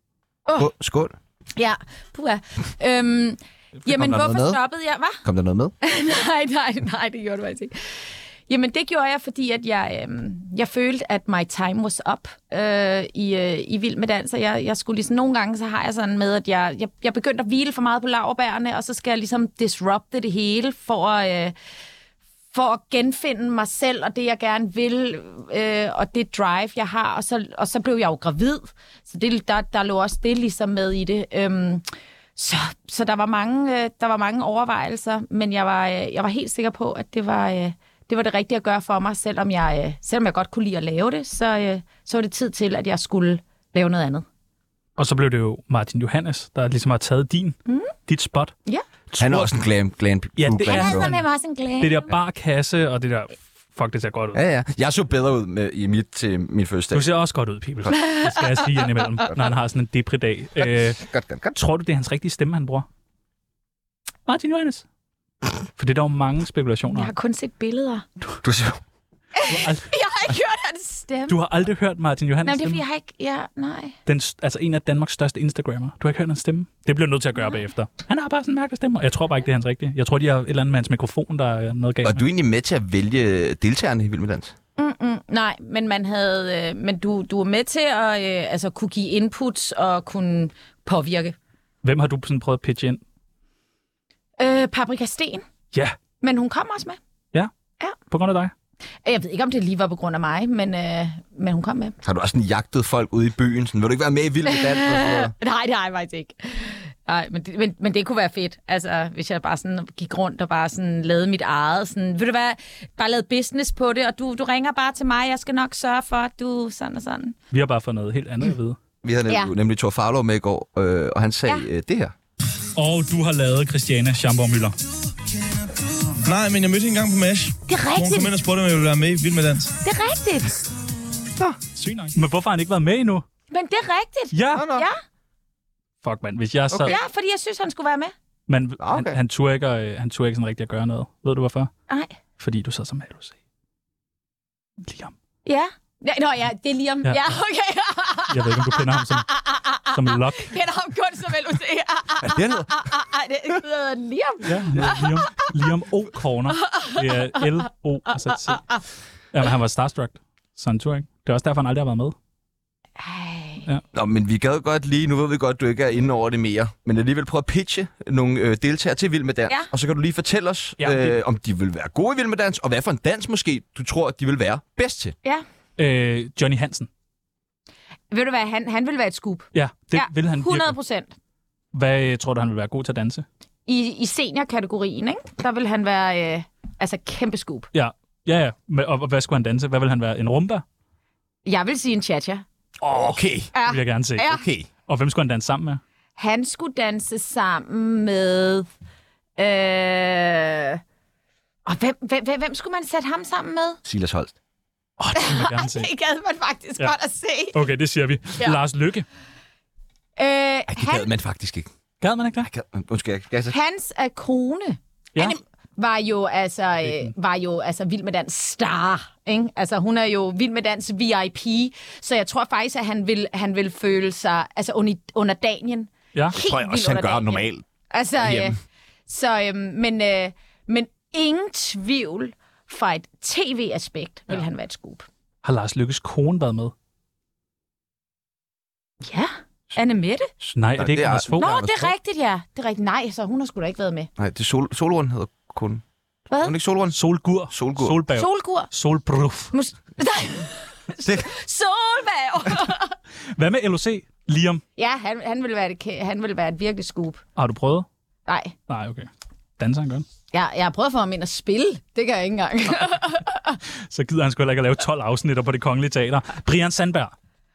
S1: Oh. Skål.
S3: Ja, puha. Øhm, jamen,
S1: der noget
S3: hvorfor
S1: med?
S3: stoppede jeg? Hvad?
S1: Kom der noget med?
S3: nej, nej, nej, det gjorde du faktisk ikke. Jamen, det gjorde jeg, fordi at jeg, øh, jeg følte, at my time was up øh, i, øh, i Vild med Dans. Og jeg, jeg skulle ligesom, nogle gange, så har jeg sådan med, at jeg, jeg, jeg begyndte at hvile for meget på laurbærrene, og så skal jeg ligesom disrupte det hele for at, øh, for at genfinde mig selv og det, jeg gerne vil, øh, og det drive, jeg har. Og så, og så blev jeg jo gravid, så det, der, der lå også det ligesom med i det. Øhm, Så, så der var mange, øh, der var mange overvejelser, men jeg var, øh, jeg var helt sikker på, at det var, øh, det var det rigtige at gøre for mig, selvom jeg, øh, selvom jeg godt kunne lide at lave det, så, øh, så var det tid til, at jeg skulle lave noget andet.
S4: Og så blev det jo Martin Johannes, der ligesom har taget din, mm. dit spot.
S3: Ja.
S1: Han er også en glam, glam,
S4: Ja,
S1: glam
S4: det er
S3: Han
S1: girl.
S3: er sådan også en glæde.
S4: Det der bar kasse, og det der... Fuck, det ser godt ud.
S1: Ja, ja. Jeg så bedre ud med, i mit til min fødselsdag.
S4: Du ser også godt ud, Pibel. Det skal jeg sige indimellem, når han har sådan en depri-dag. Øh,
S1: Godt, godt, godt.
S4: tror du, det er hans rigtige stemme, han bruger? Martin Johannes? For det er der jo mange spekulationer.
S3: Jeg har kun set billeder.
S1: Du ser
S4: Du har, ald-
S3: Jeg har ikke hørt hans stemme.
S4: du har aldrig hørt Martin Johannes
S3: Nej, det er fordi,
S4: stemme?
S3: jeg har ikke... Ja, nej.
S4: Den, st- altså en af Danmarks største Instagrammer. Du har ikke hørt hans stemme? Det bliver du nødt til at gøre bagefter. Han har bare sådan en mærkelig stemme, og jeg tror bare ikke, det er hans rigtige. Jeg tror, de har et eller andet med hans mikrofon, der er noget galt
S1: Og
S4: med.
S1: du er egentlig med til at vælge deltagerne i Vild med Dans?
S3: Mm-mm, nej, men man havde, øh, men du, du er med til at øh, altså, kunne give inputs og kunne påvirke.
S4: Hvem har du sådan prøvet at pitche ind?
S3: Øh, Paprika Sten,
S4: Ja,
S3: men hun kom også med.
S4: på grund af dig.
S3: Jeg ved ikke, om det lige var på grund af mig, men, øh, men hun kom med.
S1: Har du også sådan jagtet folk ude i byen? Sådan, vil du ikke være med i Vild med Dans? Og sådan noget?
S3: Nej, det har jeg faktisk ikke. Nej, men det, men, men det kunne være fedt, altså, hvis jeg bare sådan gik rundt og bare sådan lavede mit eget. Sådan, vil du være, bare lavede business på det, og du, du ringer bare til mig, jeg skal nok sørge for, at du sådan og sådan.
S4: Vi har bare fået noget helt andet at vide.
S1: Vi havde nemlig,
S3: Ja.
S1: nemlig Thor Farlov med i går, øh, og han sagde
S3: Ja.
S1: øh, det her.
S4: Og du har lavet Christiane Schamborg Müller.
S6: Nej, men jeg mødte hende engang på MASH.
S3: Det er
S6: Hun kom
S3: rigtigt,
S6: ind og spurgte, om jeg ville være med i Vild med Dans.
S3: det er rigtigt.
S4: Sygt nok. Men hvorfor har han ikke været med endnu?
S3: Men det er rigtigt.
S4: Ja!
S3: Ja,
S4: Fuck, mand. Hvis jeg så...
S1: Okay.
S3: ja, fordi jeg synes, han skulle være med.
S4: Men
S1: Okay.
S4: han, han, turde ikke, øh, han turde ikke sådan rigtig at gøre noget. Ved du hvorfor?
S3: Nej.
S4: Fordi du sad som L O C. Liam.
S3: Ja. Ja, nå ja, det er Liam.
S4: Ja.
S3: Ja, ja okay.
S4: Jeg ved ikke, om du kender ham som, som Lok.
S3: Jeg kender ham kun som L O C.
S1: Hvad er det, han hedder?
S3: Det hedder Liam.
S4: Ja, han hedder Liam. Liam O. Corner. Det er L O og så C. Jamen, han var starstruck, så han turde ikke. Det er også derfor, han aldrig har været med.
S3: Ej.
S1: Nå, men vi gad godt lige, nu ved vi godt, at du ikke er inde over det mere, men alligevel prøve at pitche nogle øh, deltagere til Vild med Dans.
S3: Ja.
S1: Og så kan du lige fortælle os,
S4: Ja,
S1: øh,
S4: det-
S1: om de vil være gode i Vild med Dans, og hvad for en dans måske du tror, at de vil være bedst til.
S3: Ja.
S4: Øh, Johnny Hansen.
S3: Ved du hvad, han, han vil være et scoop.
S4: Ja, det
S3: Ja,
S4: vil han
S3: hundrede
S4: virkelig.
S3: procent.
S4: Hvad øh, tror du, han vil være god til at danse?
S3: I, i seniorkategorien, ikke? Der vil han være øh, altså kæmpe scoop.
S4: Ja, ja, ja. Men- Og, og hvad skulle han danse? Hvad vil han være? En rumba?
S3: Jeg vil sige en cha-cha.
S1: Okay,
S4: Det vil jeg gerne se.
S3: Ja.
S1: okay.
S4: Og hvem skulle han danse sammen med?
S3: Han skulle danse sammen med... Øh, og hvem, hvem, hvem, hvem skulle man sætte ham sammen med?
S1: Silas Holst.
S4: Åh, oh, det vil jeg gerne se.
S3: Det gad man faktisk
S4: Ja.
S3: ja. godt at se.
S4: Okay, det siger vi.
S3: Ja.
S4: Lars Lykke.
S3: Øh,
S1: Ej, det gad
S3: han,
S1: man faktisk ikke.
S4: Gad man ikke det?
S1: Ej, gad, undskyld, jeg gad,
S3: hans er kone.
S4: Ja.
S3: Han var jo altså øh, var jo altså Vild med Dans star, ikke? Altså hun er jo Vild med Dans V I P, så jeg tror faktisk at han vil han vil føle sig altså under, under Danien.
S4: Ja.
S3: Helt
S1: tror jeg også,
S3: vildt
S1: han
S3: under
S1: gør
S3: Danien.
S1: normalt.
S3: Altså øh,
S1: Hjemme.
S3: så øh, men øh, men ingen tvivl fra et tv-aspekt vil ja. han være et scoop.
S4: Har Lars Lykkes kone været med?
S3: Ja, Anne Mette.
S4: Nej, er det ikke Anders Fogh?
S3: Nå, det er rigtigt, ja. Det er rigtigt. Nej, så hun har sgu da ikke været med.
S1: Nej, det er Sol Solrund hedder kun.
S3: Hvad?
S1: Hun ikke Solrund?
S4: Solgur.
S1: Solgur.
S4: Solbag.
S3: Solgur.
S4: Solbruf.
S3: Mus- Solbag.
S4: Hvad med L O C? Liam?
S3: Ja, han, han, vil være et, han vil være et virkelig scoop.
S4: Har du prøvet?
S3: Nej.
S4: Nej, okay. Danser han godt?
S3: Jeg, jeg har prøvet at få ham ind at spille. Det kan jeg ikke engang.
S4: Så gider han sgu heller ikke at lave tolv afsnitter på Det Kongelige Teater. Brian Sandberg?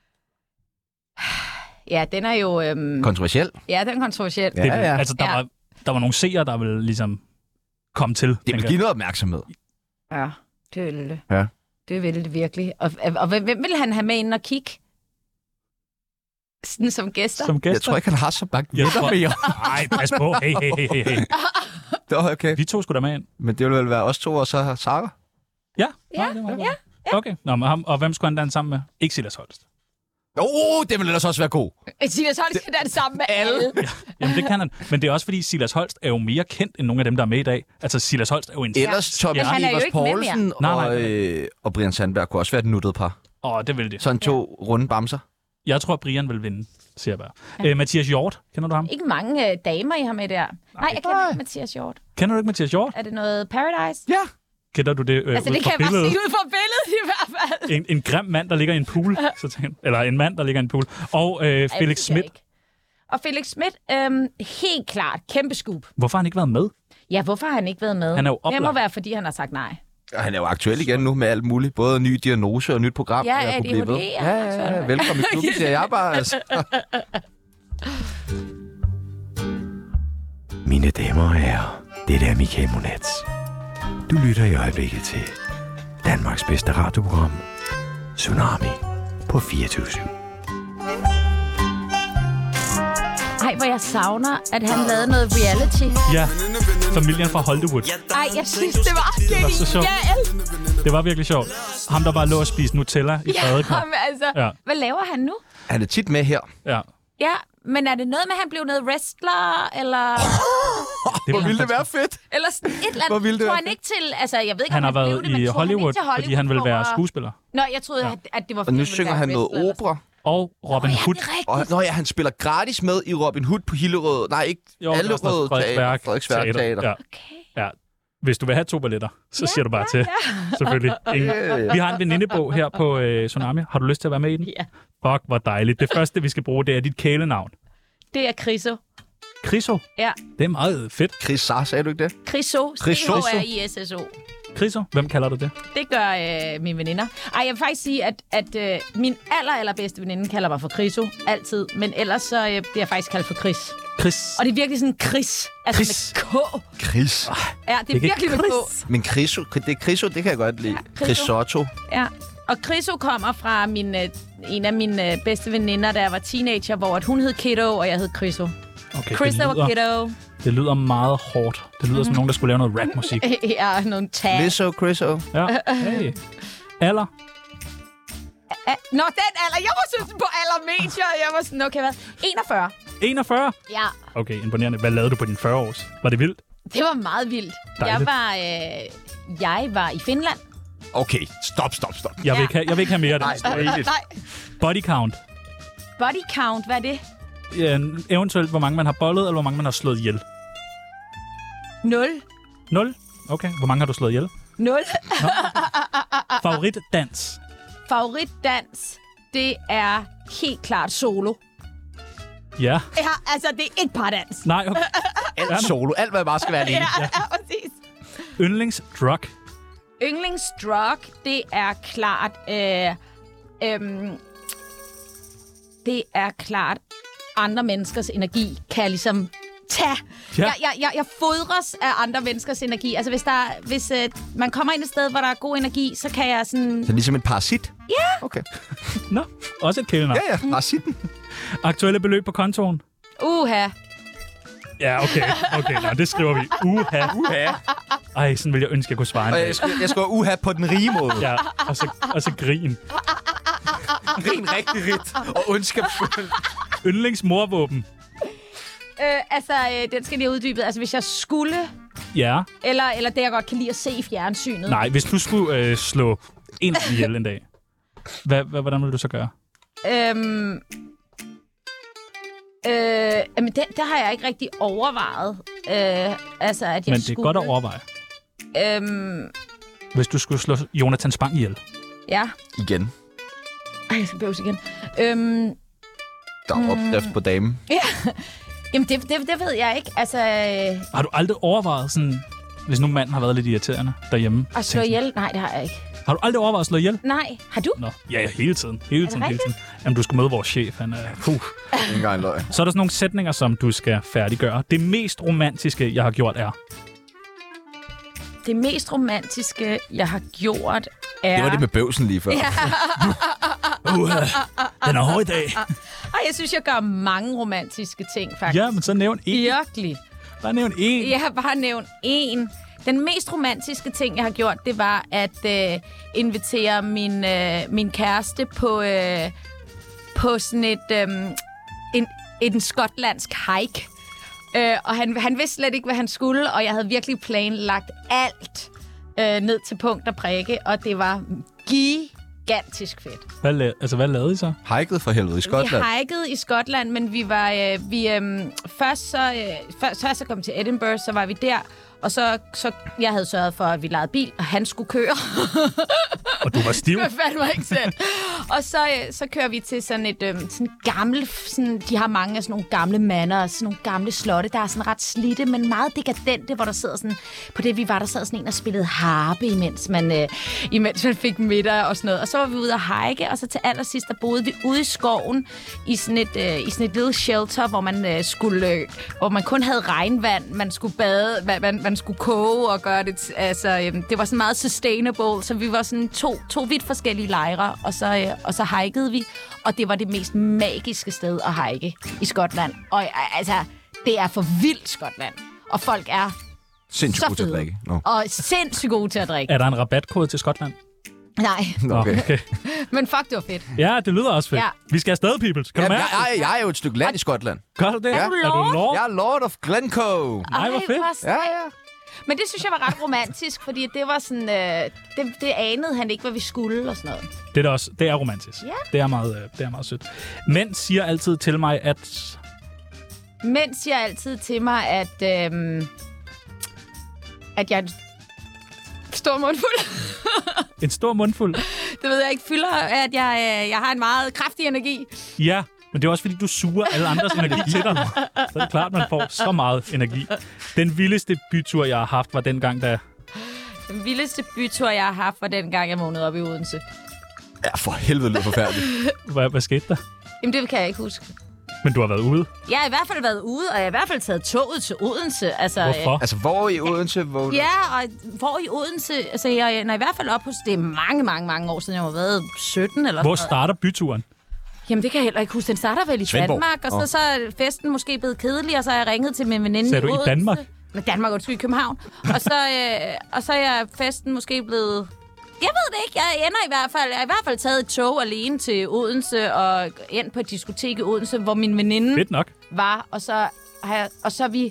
S3: Ja, den er jo... Øhm...
S1: Kontroversiel.
S3: Ja, den er kontroversiel.
S1: Ja, ja.
S4: Altså, der,
S3: Ja.
S4: var, der var nogle seere, der ville ligesom komme til.
S1: Det vil
S4: tænker
S1: give noget opmærksomhed.
S3: Ja, det vil det.
S1: Ja. Det
S3: vil det virkelig. Og, og hvem hvem vil han have med ind og kigge? Sådan som gæster?
S4: Som gæster?
S1: Jeg tror ikke, han har så mange
S4: Jeg
S1: venner
S4: tror-
S1: mere.
S4: Nej, pas på. Hey, hey, hey, hey, hey.
S1: Det var okay.
S4: Vi to skulle da med ind.
S1: Men det ville vel være os to, og så Sara.
S4: Ja.
S3: Ja,
S4: Nå, det var
S3: ja,
S4: godt. Okay. Nå, men ham, og hvem skulle han danse sammen med? Ikke Silas Holst.
S1: Åh, oh, det ville ellers også være god.
S3: Silas Holst skal danse sammen med alle.
S4: Jamen, det kan han. Men det er også fordi, Silas Holst er jo mere kendt end nogle af dem, der er med i dag. Altså, Silas Holst er jo en...
S1: Ellers Tom
S3: Men han er jo
S1: Ivers
S3: ikke med mere.
S1: Poulsen
S4: Nej, nej,
S1: og,
S4: nej.
S1: øh, og Brian Sandberg kunne også være et nuttet par.
S4: Åh, oh, det vil det.
S1: Sådan to runde bamser.
S4: Jeg tror, Brian vil vinde, siger jeg bare. Ja. Øh, Mathias Hjort, kender du ham?
S3: Ikke mange øh, damer, I har med der. Nej, jeg kender ikke Mathias Hjort.
S4: Kender du ikke Mathias Hjort?
S3: Er det noget Paradise?
S1: Ja.
S4: Kender du det øh,
S3: Altså,
S4: ud
S3: det
S4: fra
S3: kan jeg bare
S4: billedet?
S3: sige ud fra billedet i hvert fald.
S4: En, en grim mand, der ligger i en pool. Så tænker, eller en mand, der ligger i en pool. Og øh,
S3: Ej,
S4: Felix
S3: det ved jeg
S4: Schmidt.
S3: ikke. Og Felix Schmidt, øhm, helt klart, kæmpe scoop.
S4: Hvorfor har han ikke været med?
S3: Ja, hvorfor har han ikke været med?
S4: Han er jo
S3: Det må
S4: oplagt.
S3: være, fordi han har sagt nej.
S1: Og han er jo aktuel igen nu med alt muligt. Både ny diagnose og nyt program.
S3: Ja,
S1: jeg
S3: ja,
S1: kunne
S3: det er
S1: blive
S3: jo
S1: ved.
S3: det,
S1: Ja,
S3: ja.
S1: ja, ja. Velkommen i klubben, siger jeg bare. Altså. Mine damer og herrer, det er Michael Monats. Du lytter i øjeblikket til Danmarks bedste radioprogram, Tsunami på fireogtyve syv.
S3: Ej, hvor jeg savner, at han lavede noget reality.
S4: Ja, familien fra Hollywood.
S3: Ej, jeg synes, det var
S4: Det var så sjovt.
S3: genialt.
S4: Det var virkelig sjovt. Ham, der bare lå og spiste Nutella i
S3: Ja,
S4: badekar.
S3: men altså,
S4: Ja.
S3: hvad laver han nu?
S1: Han er tit med her.
S4: Ja.
S3: Ja, men er det noget med, at han blev noget wrestler, eller,
S4: Det
S1: Hvor
S4: vil
S1: ville
S4: han
S1: det være fedt?
S3: eller sådan et eller
S1: Hvor
S3: andet?
S1: ville det
S3: Tror
S1: være
S3: han ikke til, altså jeg ved ikke,
S4: Han
S3: om
S4: har
S3: han
S4: været
S3: blev det, men
S4: i
S3: tror han
S4: Hollywood,
S3: ikke til Hollywood
S4: fordi han ville
S3: for
S4: være
S3: at-
S4: skuespiller.
S3: Nå, jeg troede, at, at det var
S1: Og
S3: fordi,
S1: nu
S3: ville
S1: synger
S3: være
S1: han noget
S3: wrestler eller
S1: opera.
S4: Og Robin
S3: sådan.
S4: Hood.
S3: Ja, det er rigtigt.
S1: Og, nå ja, han spiller gratis med i Robin Hood på Hillerød. Nej, ikke
S4: Jo, det er også noget
S1: Allerød
S4: Frederiksværk
S1: Teater. Frederiksværk
S4: Teater.
S1: Teater.
S4: Ja.
S3: Okay.
S4: Ja. Hvis du vil have to balletter, så siger du bare til. Selvfølgelig. Ingen. Vi har en venindebog her på øh, Tsunami. Har du lyst til at være med i den?
S3: Ja.
S4: Fuck, hvor dejligt. Det første, vi skal bruge, det er dit kælenavn.
S3: Det er Kriso.
S4: Kriso.
S3: Ja,
S4: Det er meget fedt.
S1: Chris Sar, sagde du ikke det?
S3: Kriso.
S1: Kriso.
S3: C H R I S S O.
S4: Kriso. Hvem kalder du det?
S3: Det gør øh, mine veninder. Ej, jeg vil faktisk sige, at, at øh, min aller, allerbedste veninde kalder mig for Kriso. Altid. Men ellers så øh, bliver jeg faktisk kaldt for Chris.
S4: Chris.
S3: Og det er virkelig sådan Chris. Altså
S4: Chris.
S3: med K.
S1: Chris.
S3: Ja, det er
S4: ikke
S3: virkelig med K.
S1: Men Criso, det er Criso, det kan jeg godt lide.
S3: Ja, Criso.
S1: Risotto.
S3: Ja. Og Kriso kommer fra min, øh, en af mine øh, bedste veninder, da jeg var teenager, hvor at hun hed Kiddo, og jeg hed Kriso.
S4: Okay,
S3: Chris
S4: det,
S3: og
S4: lyder,
S3: Kiddo.
S4: det lyder meget hårdt. Det lyder som nogen, der skulle lave noget rapmusik.
S3: Ja, nogle tag.
S1: Lisso, Criso.
S4: Ja. Hey. Alder.
S3: Ah, Nå, den alder. Jeg var sådan på aldermedier. Jeg var sådan, okay, hvad? enogfyrre.
S4: enogfyrre.
S3: Ja,
S4: Okay, imponerende. Hvad lavede du på din fyrre års? Var det vildt?
S3: det var meget vildt.
S4: Dejligt.
S3: Jeg var, øh, jeg var i Finland.
S1: Okay, stop, stop, stop.
S4: Jeg vil ikke have, jeg vil ikke have mere af den
S1: Nej,
S4: historie.
S1: det er rigeligt.
S3: Nej.
S4: Body count.
S3: Body count, hvad er det?
S4: Ja, eventuelt, hvor mange man har bollet, eller hvor mange man har slået ihjel.
S3: Nul.
S4: nul. Okay, hvor mange har du slået ihjel?
S3: Nul.
S4: Favoritdans.
S3: Favoritdans, det er helt klart solo.
S4: Ja.
S3: Ja, altså, det er ikke pardans.
S4: Nej, okay.
S1: Alt solo. Alt, hvad bare skal være alene.
S3: Ja, ja, præcis.
S4: Yndlingsdrug.
S3: Yndlingsdrug, det er klart... Øh, øhm, det er klart andre menneskers energi, kan jeg ligesom tage.
S4: Ja.
S3: Jeg, jeg, jeg, jeg fodres af andre menneskers energi. Altså, hvis, der, hvis øh, man kommer ind et sted, hvor der er god energi, så kan jeg sådan...
S1: Så ligesom en parasit?
S3: Ja.
S1: Okay.
S4: Nå, også et kælenavn.
S1: Ja, ja, parasitten.
S4: Aktuelle beløb på kontoen.
S3: Uha.
S4: Ja, okay. Okay, nå, det skriver vi. Uha.
S1: Uha.
S4: Ej, sådan ville jeg ønske, jeg kunne svare en
S1: Og
S4: dag.
S1: jeg skal, jeg skal uha på den rige måde.
S4: Ja, og så, og så grin.
S1: Ren rigtig rigt og ondskabsfuld.
S4: Yndlingsmorvåben.
S3: Øh, altså, øh, den skal lige have uddybet. Altså, hvis jeg skulle
S4: Ja.
S3: Eller, eller det, jeg godt kan lide at se i fjernsynet.
S4: Nej, hvis du skulle øh, slå en ihjel en dag, hvad, hvad, hvordan ville du så gøre?
S3: Øhm, øh, men det, det har jeg ikke rigtig overvejet. Øh, altså, at jeg
S4: Men det
S3: skulle...
S4: er godt at overveje.
S3: Øhm,
S4: Hvis du skulle slå Jonathan Spang ihjel.
S3: ja.
S1: Igen.
S3: Ej, jeg skal bøves igen. Øhm,
S1: Der er opskrift på damen.
S3: ja. Jamen, det, det, det ved jeg ikke. Altså, øh,
S4: Har du aldrig overvejet sådan, hvis nu manden har været lidt irriterende derhjemme?
S3: at slå ihjel? Nej, det har jeg ikke.
S4: Har du aldrig overvejet at slå ihjel?
S3: Nej. Har du?
S4: Nå, ja, ja, hele tiden. Hele tiden, hele
S3: rigtigt?
S4: tiden. Jamen, du skal møde vores chef. Han er... Puh.
S1: Ikke engang løg.
S4: Så er der sådan nogle sætninger, som du skal færdiggøre. Det mest romantiske, jeg har gjort, er...
S3: Det mest romantiske, jeg har gjort, er...
S1: Det var det med bøvsen lige før.
S3: Ja.
S4: Uh, den er hård i dag.
S3: Ej, jeg synes, jeg gør mange romantiske ting, faktisk.
S4: Ja, men så nævn en.
S3: Virkelig.
S4: Bare nævn en.
S3: Jeg har bare nævnt én. Den mest romantiske ting, jeg har gjort, det var at øh, invitere min, øh, min kæreste på, øh, på sådan et øh, en, en skotlandsk hike. Øh, og han, han vidste slet ikke, hvad han skulle, og jeg havde virkelig planlagt alt øh, ned til punkt og prikke, og det var gigantisk fedt.
S4: Hvad, la- altså, hvad lavede I så?
S1: Hiket for helvede i Skotland.
S3: Vi hikede i Skotland, men vi var øh, vi øh, først så øh, først, først så kom vi til Edinburgh, så var vi der, og så så jeg havde sørget for, at vi lejede bil, og han skulle køre.
S4: Og du var stiv.
S3: Det fandt mig ikke selv. Og så øh, så kører vi til sådan et øh, sådan gammelt, sådan, de har mange af sådan nogle gamle mander, sådan nogle gamle slotte, der er sådan ret slidte, men meget dekadente, hvor der sidder sådan på det vi var der sad sådan en og spillede harpe imens man øh, imens man fik middag og sådan noget. Og så var vi ude at hike, og så til allersidst der boede vi ude i skoven i sådan et øh, i sådan et lille shelter, hvor man øh, skulle øh, hvor man kun havde regnvand, man skulle bade, man, man, man skulle koge og gøre det altså øh, det var sådan meget sustainable, så vi var sådan to to vidt forskellige lejre, og så øh, og så hikede vi, og det var det mest magiske sted at hike i Skotland. Og øh, altså det er for vildt Skotland, og folk er
S1: Sindssygt
S3: så
S1: god til at
S3: fede.
S1: drikke. No.
S3: Og sindssygt gode til at drikke.
S4: Er der en rabatkode til Skotland?
S3: Nej,
S4: Nå,
S1: Okay.
S4: okay.
S3: men fuck, det var fedt.
S4: Ja, det lyder også fedt.
S3: Ja.
S4: Vi skal afsted, peoples. Kan du
S1: Jamen,
S4: mærke?
S1: jeg, jeg, jeg er jo et stykke land i Skotland.
S4: Gør du det?
S1: Er
S3: du
S4: Er du
S3: lord?
S4: lord?
S1: Jeg er Lord of Glencoe.
S4: Nej, hvor fedt.
S3: hvor
S1: Ja,
S3: sejt.
S1: ja.
S3: Men det synes jeg var ret romantisk, fordi det var sådan, øh, det, det anede han ikke, hvad vi skulle og sådan noget.
S4: Det er, da også, det er romantisk.
S3: Ja.
S4: Det er meget, øh, det er meget sødt. Mænd siger altid til mig, at...
S3: Mænd siger altid til mig, at, øh, at jeg er en stor mundfuld.
S4: En stor mundfuld.
S3: Det ved jeg ikke, fylder, at jeg, øh, jeg har en meget kraftig energi.
S4: Ja, men det er også fordi, du suger alle andres energi til dig. Så er det klart, man får så meget energi. Den vildeste bytur, jeg har haft, var dengang, da...
S3: Den vildeste bytur, jeg har haft, var dengang, jeg vågnede op i Odense.
S1: Ja, for helvede lød forfærdeligt.
S4: Hvad, hvad skete der?
S3: Jamen, det kan jeg ikke huske.
S4: Men du har været ude.
S3: Jeg har i hvert fald været ude, og jeg har i hvert fald taget toget til Odense. Altså,
S4: Hvorfor?
S1: Altså, hvor i Odense? Hvor...
S3: Ja, og hvor i Odense, altså jeg er i hvert fald op hos, det er mange, mange, mange år siden, jeg har været sytten eller
S4: Hvor
S3: sådan noget.
S4: starter byturen?
S3: Jamen det kan jeg heller ikke huske, den starter vel i
S1: Svendborg.
S3: Danmark, og så, så er festen måske blevet kedelig, og så har jeg ringet til min veninde
S4: Sagde
S3: i
S4: du i
S3: Odense.
S4: Danmark?
S3: Men Danmark, undskyld, i København. og, så, øh, og så er festen måske blevet... Jeg ved det ikke. Jeg ender i hvert fald... Jeg har i hvert fald taget et tog alene til Odense og ind på et diskotek i Odense, hvor min veninde
S4: Fedt nok.
S3: var. Og så, har jeg, og så er vi...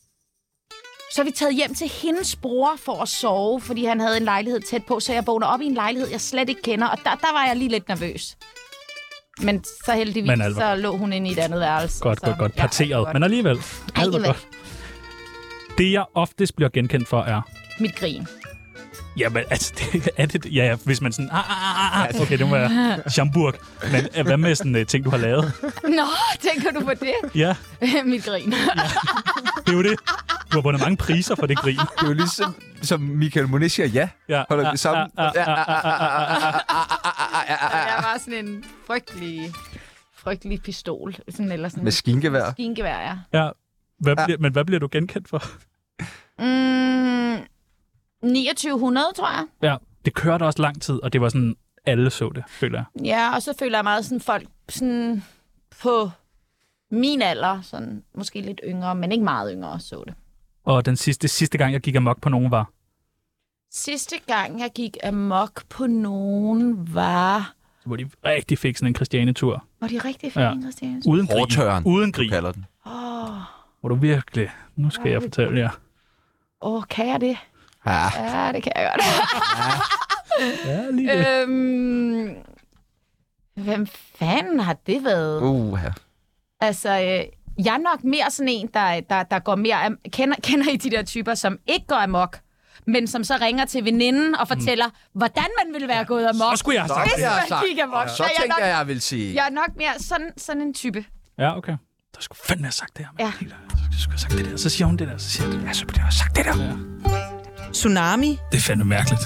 S3: Så er vi taget hjem til hendes bror for at sove, fordi han havde en lejlighed tæt på. Så jeg vågner op i en lejlighed, jeg slet ikke kender. Og der, der var jeg lige lidt nervøs. Men så heldigvis,
S4: Men alvor.
S3: så lå hun inde i et andet værelse.
S4: Godt,
S3: så,
S4: godt, godt.
S3: ja,
S4: Parteret.
S3: godt.
S4: Men alligevel. Alt var
S3: Alligevel.
S4: godt. Det, jeg oftest bliver genkendt for, er...
S3: Mit grin.
S4: Jamen, altså, det er det... Ja, ja, hvis man sådan... Ah, ah, ah, ah, okay, det må være Schamburg. Men øh, hvad med sådan uh, ting, du har lavet?
S3: Nå, tænker du på det?
S4: Ja,
S3: Mit grin.
S4: det er jo det. Du har vundet mange priser for det grin.
S1: Det er jo ligesom, som Michael Monet siger ja.
S4: Ja.
S1: Holder vi sammen?
S4: Ah, ah, ah, ah, ah, ah, ah.
S3: Jeg var sådan en frygtelig, frygtelig pistol. Sådan, eller sådan
S1: Med skingevær.
S3: skingevær, ja.
S4: Ja. Hvad bliver, men hvad bliver du genkendt for?
S3: Mm, niogtyve hundrede, tror jeg.
S4: Ja, det kørte også lang tid, og det var sådan... Alle så det, føler jeg.
S3: Ja, og så føler jeg meget sådan folk sådan på min alder, sådan måske lidt yngre, men ikke meget yngre, så det.
S4: Og den sidste, sidste gang, jeg gik amok på nogen, var...
S3: Sidste gang, jeg gik amok på nogen, var...
S4: Hvor de rigtig fik sådan en Christiane-tur.
S3: Var de rigtig
S4: Ja.
S3: fine, Christian?
S4: Uden grin.
S1: Hårdtørren,
S4: Uden
S1: du
S4: grin.
S1: kalder den.
S3: Åh,
S4: Hvor du virkelig... Nu skal jeg fortælle jer.
S3: Åh, oh, kan jeg det?
S1: Ja.
S3: Ja, det kan jeg godt.
S4: Ja, lige det.
S3: øhm, hvem fanden har det været?
S1: Uh, ja.
S3: Altså, øh, jeg er nok mere sådan en, der, der, der går mere... Am- kender, kender I de der typer, som ikke går amok, men som så ringer til veninden og fortæller, mm. hvordan man ville være ja. gået amok.
S4: Så skulle jeg have sagt
S3: Hvis
S4: det.
S1: jeg
S3: man
S1: sagt.
S3: gik amok.
S1: Så
S3: jeg
S1: tænkte
S3: nok,
S1: jeg, jeg vil sige...
S3: Jeg er nok mere sådan, sådan en type.
S4: Ja, okay. Der skulle fandme have sagt det her.
S3: Ja.
S4: Så skulle jeg have sagt det der. Så siger hun det der. Så siger jeg, ja, så bliver jeg sagt det der. Ja.
S7: Tsunami.
S4: Det er fandme mærkeligt.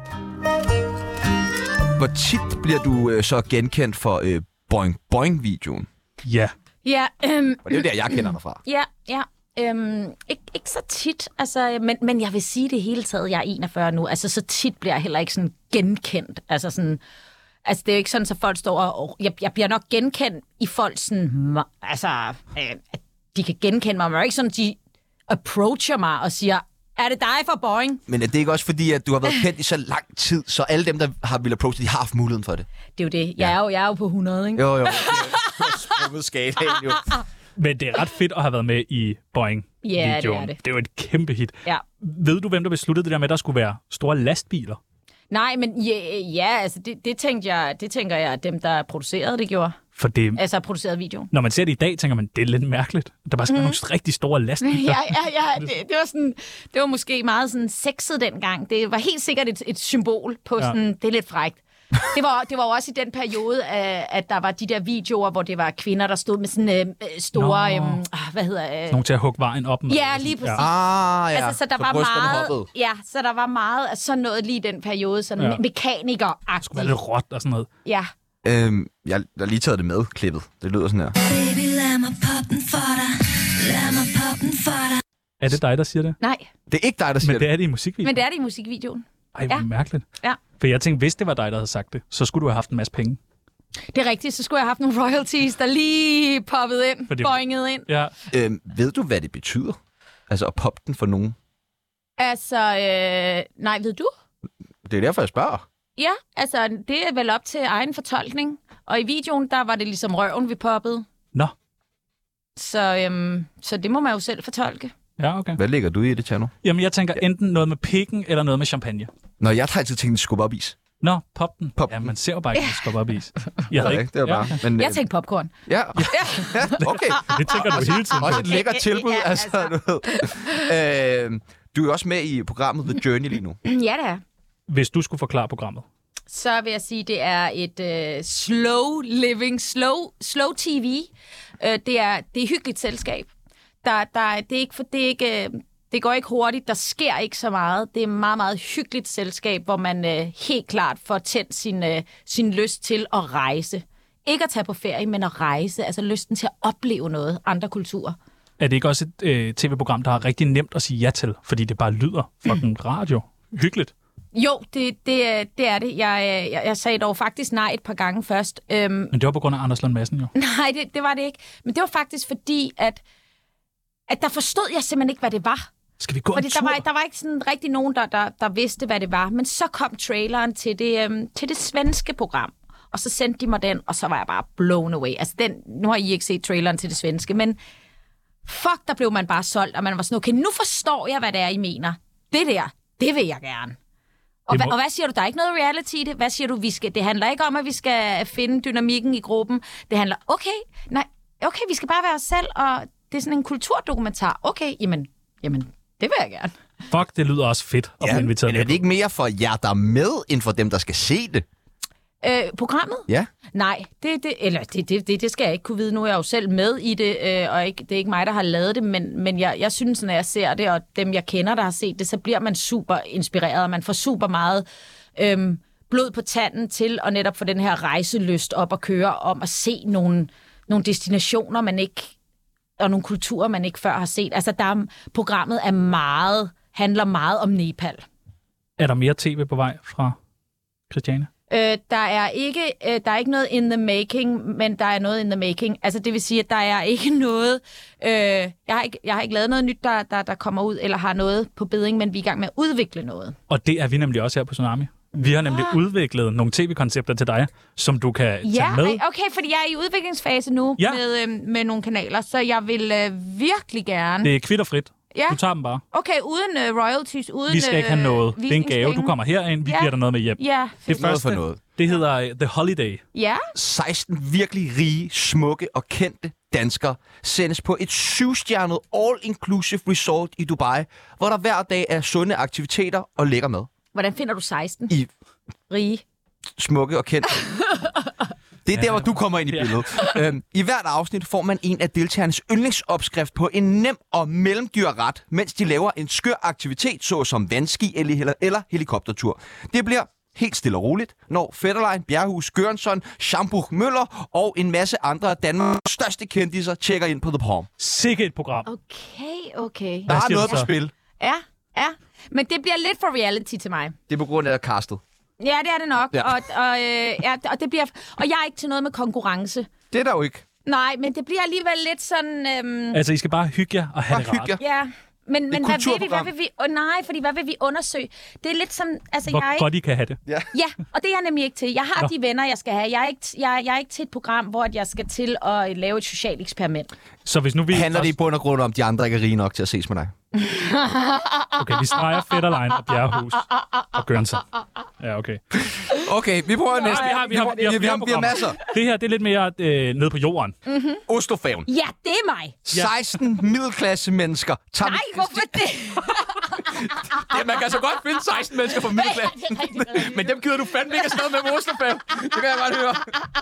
S1: Hvor tit bliver du øh, så genkendt for øh, Boing Boing-videoen?
S4: Ja.
S3: Ja, øhm,
S1: Og det er jo der, jeg kender dig fra.
S3: ja, ja. Øhm, ikke, ikke så tit, altså, men, men jeg vil sige det hele taget, jeg er enogfyrre nu, altså så tit bliver jeg heller ikke sådan genkendt, altså sådan, altså det er jo ikke sådan, så folk står og, jeg, jeg bliver nok genkendt i folk sådan, altså, øh, at de kan genkende mig, men det er ikke sådan, de approacher mig og siger, er det dig for Boing?
S1: Men er det ikke også fordi, at du har været kendt i så lang tid, så alle dem, der har ville approach, de har haft muligheden for det?
S3: Det er jo det, jeg, ja. er, jo, jeg er jo på hundrede, ikke?
S1: Jo, jo. Du har sprunget skalaen, jo.
S4: Men det er ret fedt at have været med i Boing-videoen.
S3: Ja, det er det.
S4: Det er jo et kæmpe hit.
S3: Ja.
S4: Ved du, hvem der besluttede det der med, at der skulle være store lastbiler?
S3: Nej, men ja, ja altså det, det, tænkte jeg, det tænker jeg, at dem, der producerede det, gjorde.
S4: For det,
S3: Altså producerede videoen.
S4: når man ser det i dag, tænker man, det er lidt mærkeligt. Der var sådan mm. nogle rigtig store lastbiler.
S3: Ja, ja, ja. Det, det, var sådan, det var måske meget sådan sexet dengang. Det var helt sikkert et, et symbol på
S4: Ja.
S3: sådan, det er lidt frækt. Det var, det var også i den periode, at, at der var de der videoer, hvor det var kvinder, der stod med sådan øh, store,
S4: Nå.
S3: øhm, hvad hedder øh,
S4: Nogen til at hugge vejen op med.
S3: ja, lige præcis.
S4: Ja.
S1: Ah, ja.
S3: Altså, så der
S1: Så
S3: var
S1: brysterne
S3: meget,
S1: hoppede.
S3: ja, så der var meget af sådan noget lige i den periode, sådan
S4: Ja.
S3: ja. mekaniker-agtigt.
S4: Det skulle være lidt råt og sådan noget.
S3: Ja.
S1: Øhm, jeg har lige taget det med, klippet. Det lyder sådan her.
S8: Baby, lad mig poppe den for dig. Lad mig poppe den for dig.
S4: Er det dig, der siger det?
S3: Nej,
S1: Det er ikke dig, der siger
S4: Men det er det i musikvideoen.
S3: men det er det i musikvideoen.
S4: Ej, hvor
S3: Ja.
S4: mærkeligt.
S3: Ja.
S4: For jeg tænkte, hvis det var dig, der havde sagt det, så skulle du have haft en masse penge.
S3: Det er rigtigt, så skulle jeg have haft nogle royalties, der lige poppede ind,
S4: Fordi-
S3: boingede ind.
S4: Ja.
S1: det. Øhm, ved du, hvad det betyder? Altså at poppe den for nogen?
S3: Altså, øh, nej, ved du?
S1: Det er derfor, jeg spørger.
S3: Ja, altså, det er vel op til egen fortolkning. Og i videoen, der var det ligesom røven, vi poppede.
S4: Nå.
S3: Så, øhm, så det må man jo selv fortolke.
S4: Ja, okay.
S1: Hvad lægger du i det, Tjerno?
S4: Jamen, jeg tænker enten noget med pikken, eller noget med champagne.
S1: Når jeg har altid tænkt, skubbe op is.
S4: Nå, pop den.
S1: Pop
S4: Ja,
S1: den.
S4: man ser jo bare ikke, at skubbe op is. Jeg havde
S1: Nej,
S4: ikke.
S1: det var bare.
S4: Ja.
S1: Men,
S3: Jeg
S1: øh,
S3: tænkte popcorn.
S1: ja. ja, okay.
S4: Det tænker du hele tiden.
S1: Også et lækkert tilbud,
S3: Ja,
S1: altså.
S3: altså.
S1: Du, ved. øh, du er også med i programmet The Journey lige nu.
S3: Ja, det er.
S4: Hvis du skulle forklare programmet.
S3: Så vil jeg sige, det er et øh, slow living, slow, slow T V. Øh, det, er, det er et hyggeligt selskab. Der, der, det, er ikke, for, det, er ikke, øh, det går ikke hurtigt, der sker ikke så meget. Det er et meget, meget hyggeligt selskab, hvor man øh, helt klart får tændt sin, øh, sin lyst til at rejse. Ikke at tage på ferie, men at rejse. Altså lysten til at opleve noget, andre kulturer.
S4: Er det ikke også et øh, tv-program, der er rigtig nemt at sige ja til, fordi det bare lyder fucking radio? Hyggeligt.
S3: Jo, det, det, det er det. Jeg, jeg, jeg sagde dog faktisk nej et par gange først. Øhm,
S4: Men det var på grund af Anders Lund Madsen jo.
S3: Nej, det, det var det ikke. Men det var faktisk fordi, at, at der forstod jeg simpelthen ikke, hvad det var.
S4: Skal vi gå
S3: Fordi
S4: en
S3: der
S4: tur?
S3: var, der var ikke sådan rigtig nogen, der, der, der vidste, hvad det var. Men så kom traileren til det, øhm, til det svenske program. Og så sendte de mig den, og så var jeg bare blown away. Altså den, nu har I ikke set traileren til det svenske, men fuck, der blev man bare solgt, og man var sådan, okay, nu forstår jeg, hvad det er, I mener. Det der, det vil jeg gerne. Og,
S4: Det
S3: hva,
S4: må-
S3: og hvad siger du? Der er ikke noget reality i det. Hvad siger du? Vi skal, det handler ikke om, at vi skal finde dynamikken i gruppen. Det handler, okay, nej, okay, vi skal bare være os selv, og det er sådan en kulturdokumentar. Okay, jamen, jamen det vil jeg gerne.
S4: Fuck, det lyder også fedt at blive inviteret
S1: men er
S4: med.
S1: det ikke mere for jer, der er med, end for dem, der skal se det?
S3: Øh, programmet?
S1: Ja.
S3: Nej, det, det, eller det, det, det, det skal jeg ikke kunne vide. Nu er jeg jo selv med i det, øh, og ikke, det er ikke mig, der har lavet det, men, men jeg, jeg synes, når jeg ser det, og dem, jeg kender, der har set det, så bliver man super inspireret, og man får super meget øh, blod på tanden til at netop få den her rejselyst op og køre, om at se nogle, nogle destinationer, man ikke, og nogle kulturer, man ikke før har set. Altså, der er, programmet er meget, handler meget om Nepal.
S4: Er der mere tv på vej fra Christiane?
S3: Øh, der er ikke øh, der er ikke noget in the making, men der er noget in the making. Altså det vil sige, at der er ikke noget. Øh, jeg har ikke jeg har ikke lavet noget nyt, der, der der kommer ud eller har noget på beding, men vi er i gang med at udvikle noget.
S4: Og det er vi nemlig også her på Tsunami. Vi har nemlig udviklet nogle tv-koncepter til dig, som du kan tage
S3: Ja,
S4: med.
S3: okay, fordi jeg er i udviklingsfase nu
S4: Ja.
S3: med øh, med nogle kanaler, så jeg vil øh, virkelig gerne.
S4: Det er kvitterfrit.
S3: Ja.
S4: Du tager dem bare.
S3: Okay, uden uh, royalties, uden
S4: Vi skal ikke have noget.
S3: Uh,
S4: det er en gave. Du kommer herind, vi
S3: ja.
S4: giver dig noget med hjem.
S3: Ja,
S4: det første,
S1: for noget.
S4: Det hedder uh, The Holiday.
S3: Ja.
S1: seksten virkelig rige, smukke og kendte danskere sendes på et syvstjernet all-inclusive resort i Dubai, hvor der hver dag er sunde aktiviteter og lækker mad.
S3: Hvordan finder du seksten?
S1: I
S3: rige.
S1: Smukke og kendte. Det er der, hvor du kommer ind i billedet. Ja. Øhm, I hvert afsnit får man en af deltagernes yndlingsopskrift på en nem og mellemdyr ret, mens de laver en skør aktivitet, såsom vandski eller, eller helikoptertur. Det bliver helt stille og roligt, når Fetterlein, Bjerghus, Gørensson, Schamburg, Møller og en masse andre af Danmarks største kendiser tjekker ind på The Palm.
S4: Sikke et program.
S3: Okay, okay.
S1: Der er noget på spil.
S3: Ja, ja. Men det bliver lidt for reality til mig.
S1: Det er på grund af castet.
S3: Ja, det er det nok.
S1: Ja.
S3: Og, og, øh, ja, og, det bliver, og jeg er ikke til noget med konkurrence.
S1: Det er der jo ikke.
S3: Nej, men det bliver alligevel lidt sådan... Øhm...
S4: Altså, I skal bare hygge jer og have
S1: bare
S4: det rart.
S3: Ja, men, men hvad vil vi? Hvad vil vi? Oh, nej, fordi hvad vil vi undersøge? Det er lidt sådan... Altså,
S4: Hvor
S3: jeg er
S4: godt I kan have det.
S1: Ja.
S3: Ja, og det er jeg nemlig ikke til. Jeg har
S4: Nå.
S3: de venner, jeg skal have. Jeg er, ikke, jeg, jeg er ikke til et program, hvor jeg skal til at lave et socialt eksperiment.
S4: Så hvis nu vi...
S1: Handler det i bund og grund om, de andre ikke er rige nok til at ses med dig?
S4: Okay, vi streger Fetterlein og Bjerghus og Gørensson. Ja, okay.
S1: Okay, vi prøver næste.
S4: Vi har, vi har, vi har,
S1: vi har, vi har masser.
S4: Det her, det er lidt mere øh, nede på jorden.
S3: Mm-hmm.
S1: Oslofærgen.
S3: Ja, det er mig.
S1: seksten middelklasse mennesker. Tager
S3: Nej, hvorfor det?
S1: Ja, man kan så godt finde seksten mennesker fra middelklassen. Men dem gider du fandme ikke afsted med på Oslofærgen. Det kan jeg godt høre.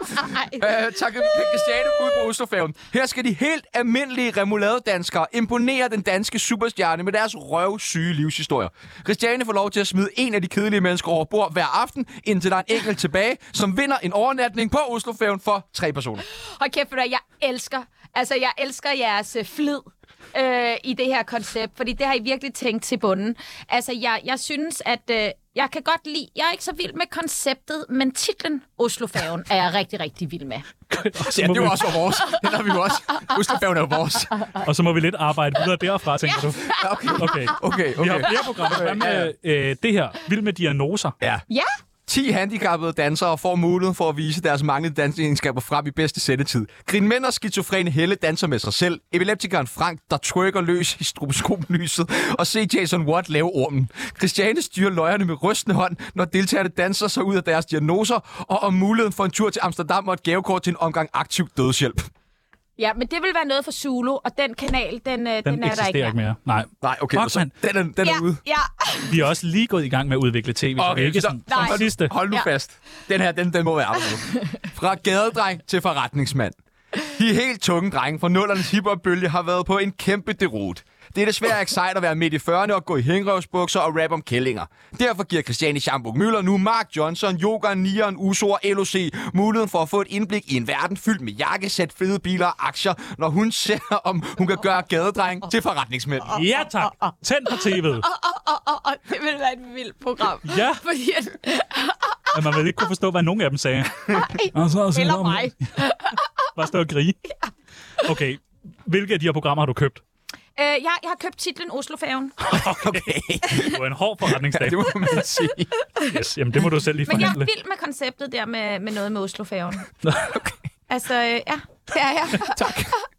S1: Uh, tak, Christiane ude på Oslofærgen. Her skal de helt almindelige remouladedanskere imponere den danske superstjerne med deres røvsyge livshistorier. Christiane får lov til at smide en af de kedelige mennesker over bord hver aften, indtil der er en enkelt tilbage, som vinder en overnatning på Oslofærgen for tre personer.
S3: Hold kæft, jeg elsker, altså jeg elsker jeres øh, flid. Øh, i det her koncept, fordi det har I virkelig tænkt til bunden. Altså, jeg, jeg synes, at øh, jeg kan godt lide... Jeg er ikke så vild med konceptet, men titlen Oslofærgen er jeg rigtig, rigtig vild med.
S1: Ja, det er jo også vores. Den har vi jo også. Oslofærgen er jo vores.
S4: Og så må vi lidt arbejde videre derfra, tænker du?
S1: Okay.
S4: Okay.
S1: Okay, okay.
S4: Vi har flere programmer. Hvad med øh, det her? Vild med diagnoser.
S1: Ja.
S3: Ja.
S1: ti handicappede dansere får muligheden for at vise deres manglende danseegenskaber frem i bedste sættetid. Grinmænd og skizofrene Helle danser med sig selv. Epileptikeren Frank, der trykker løs i stroboskoplyset. Og se Jason Watt lave ormen. Christiane styrer løjerne med rystende hånd, når deltagerne danser sig ud af deres diagnoser. Og om muligheden for en tur til Amsterdam og et gavekort til en omgang aktiv dødshjælp.
S3: Ja, men det vil være noget for Zulu, og den kanal, den, den,
S4: Den,
S3: den er der ikke
S4: ikke mere. Nej.
S1: Nej, okay.
S4: Fuck,
S1: så
S4: man.
S1: den er, den er
S3: ja,
S1: ude.
S3: ja.
S4: Vi er også lige gået i gang med at udvikle tv, så
S1: Okay,
S4: det er ikke
S1: så-
S4: sådan,
S3: Nej.
S4: som sidste.
S1: Hold nu
S3: Ja.
S1: fast. Den her, den, den må være anderledes. Fra gadedreng til forretningsmand. De helt tunge drenge fra nullernes hiphopbølge har været på en kæmpe derot. Det er desværre ikke sejt at være midt i fyrrerne og gå i hængerøvsbukser og rap om kællinger. Derfor giver Christiane Schamburg Møller nu Mark Johnson, Yoga, Nieren, Uso og L O C muligheden for at få et indblik i en verden fyldt med jakkesæt, fede biler og aktier, når hun ser, om hun kan gøre gadedreng til forretningsmænd.
S4: Ja, tak. Tænd på tv'et.
S3: Og, og, og, og det vil være et vildt program.
S4: Ja.
S3: Fordi at...
S4: At man vil ikke kunne forstå, hvad nogen af dem sagde. Og så, så,
S3: Eller mig.
S4: Bare stå og grige. Okay. Hvilke af de her programmer har du købt?
S3: Øh, jeg, jeg har købt titlen Oslofærgen.
S1: Okay.
S4: Det var en hård forretningsdag.
S1: Det må man sige.
S4: Yes, jamen det må du selv lige
S3: Men jeg er
S4: forhandle.
S3: vild med konceptet der med, med noget med Oslofærgen.
S1: Okay.
S3: Altså, øh, ja, det er jeg.
S1: Tak.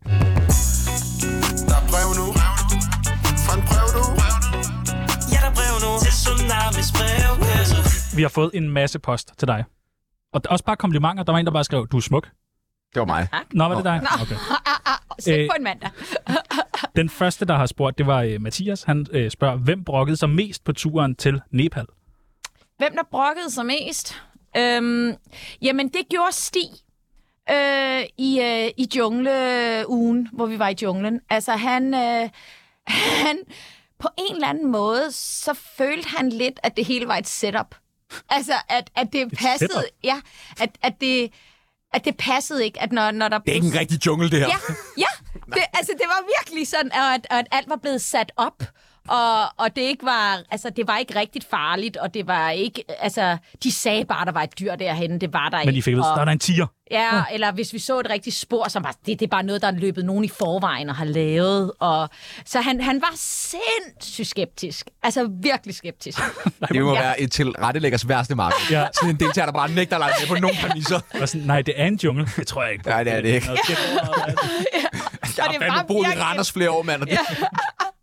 S5: Der er brev nu. Fra en brev nu. Ja, der er brev nu. Til Tsunamis brevkasse.
S4: Vi har fået en masse post til dig. Og også bare komplimenter. Der var en, der bare skrev, du er smuk.
S1: Det var mig.
S4: Nå, var det dig? Okay.
S3: Sæt
S4: Øh,
S3: på en mandag.
S4: Den første, der har spurgt, det var uh, Mathias. Han uh, spørger, hvem brokkede sig mest på turen til Nepal?
S3: Hvem der brokkede sig mest? Øhm, jamen, det gjorde Stig øh, i, øh, i jungleugen, hvor vi var i junglen. Altså, han, øh, han... På en eller anden måde, så følte han lidt, at det hele var et setup. Altså, at, at det passede...
S4: setup?
S3: Ja, at, at det... At det passede ikke, at når, når der...
S1: Det er ikke en rigtig jungle, det her.
S3: Ja, ja. Det, altså, det var virkelig sådan, at, at alt var blevet sat op, og, og det ikke var, altså, det var ikke rigtigt farligt, og det var ikke, altså, de sagde bare, der var et dyr derhenne, det var der ikke.
S4: Men I fik at vide,
S3: og,
S4: der er der en tiger.
S3: Ja, ja, eller hvis vi så et rigtigt spor, som var, det, det er bare noget, der er løbet nogen i forvejen og har lavet, og så han, han var sindssygt skeptisk. Altså, virkelig skeptisk.
S1: Det må
S3: Ja.
S1: være et tilrettelæggers værste marked.
S4: Ja.
S1: Sådan en deltager, der bare nægter at lege med på nogle præmisser.
S4: Og sådan, nej, det er en jungle. Det tror jeg ikke på.
S1: Nej, det er det ikke.
S4: Noget skidt.
S1: Jeg har
S3: det
S1: fandme
S3: var
S1: boet i
S3: virkelig-
S1: Randers flere år, mand. Og det...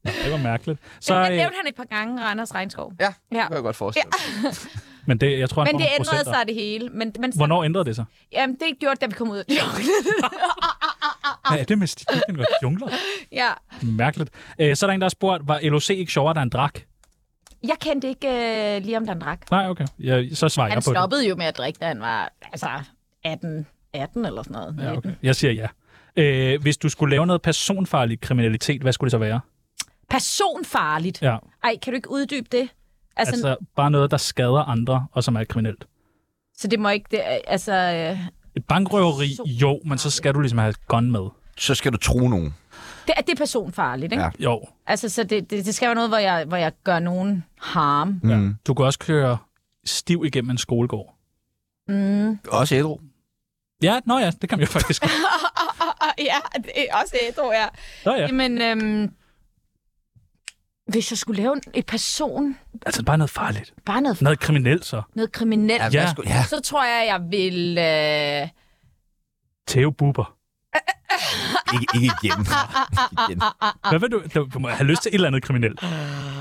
S4: Det var mærkeligt. Så,
S3: Så,
S4: øh,
S3: det nævnte han et par gange, Randers Regnskov.
S1: Ja, det
S3: Ja.
S1: kan jeg godt forestille mig.
S4: men det, jeg tror, han
S3: Men
S4: får
S3: det
S4: nogle
S3: ændrede
S4: procenter.
S3: sig det hele. Men, men så,
S4: Hvornår ændrede det sig?
S3: Jamen, det gjorde det, da vi kom ud af
S4: Hvad er det med stikken og jungler?
S3: Ja.
S4: Mærkeligt. Øh, så er der en, der har spurgt, var L O C ikke sjovere, da han drak?
S3: Jeg kendte ikke uh, lige om den drak.
S4: Nej, okay. Ja, så svarer
S3: Han
S4: jeg på det.
S3: stoppede jo med at drikke, da han var altså atten, atten eller sådan noget.
S4: Ja, okay. Jeg siger ja. Øh, hvis du skulle lave noget personfarlig kriminalitet, hvad skulle det så være?
S3: Personfarligt?
S4: Ja.
S3: Ej, kan du ikke uddybe det? Altså, altså
S4: Altså bare noget, der skader andre, og som er kriminelt.
S3: så det må ikke... Det, altså, øh,
S4: Et bankrøveri, jo, men så skal du ligesom have et gun med.
S1: Så skal du tro nogen.
S3: det, det er personfarligt, ikke?
S1: Ja.
S3: Ja.
S4: Jo.
S3: Altså, så det, det, det skal være noget, hvor jeg, hvor jeg gør nogen harm.
S4: Ja. Du kan også køre stiv igennem en skolegård.
S3: Mm.
S1: Også ædru.
S4: Ja, nå ja, det kan man jo faktisk.
S3: Ja, det er også det, tror jeg.
S4: Nå ja.
S3: Men øhm, hvis jeg skulle lave et person...
S4: Altså bare noget farligt.
S3: Bare noget,
S4: Noget kriminelt så.
S3: noget kriminelt.
S1: Ja,
S4: Ja.
S1: hvad skulle- ja.
S3: Så tror jeg, jeg vil... Øh,
S4: Theo Buber.
S1: Ikke, ikke igen. Ikke igen.
S4: Hvad vil du? Du, du må have lyst til et eller andet kriminelt.
S3: Hvad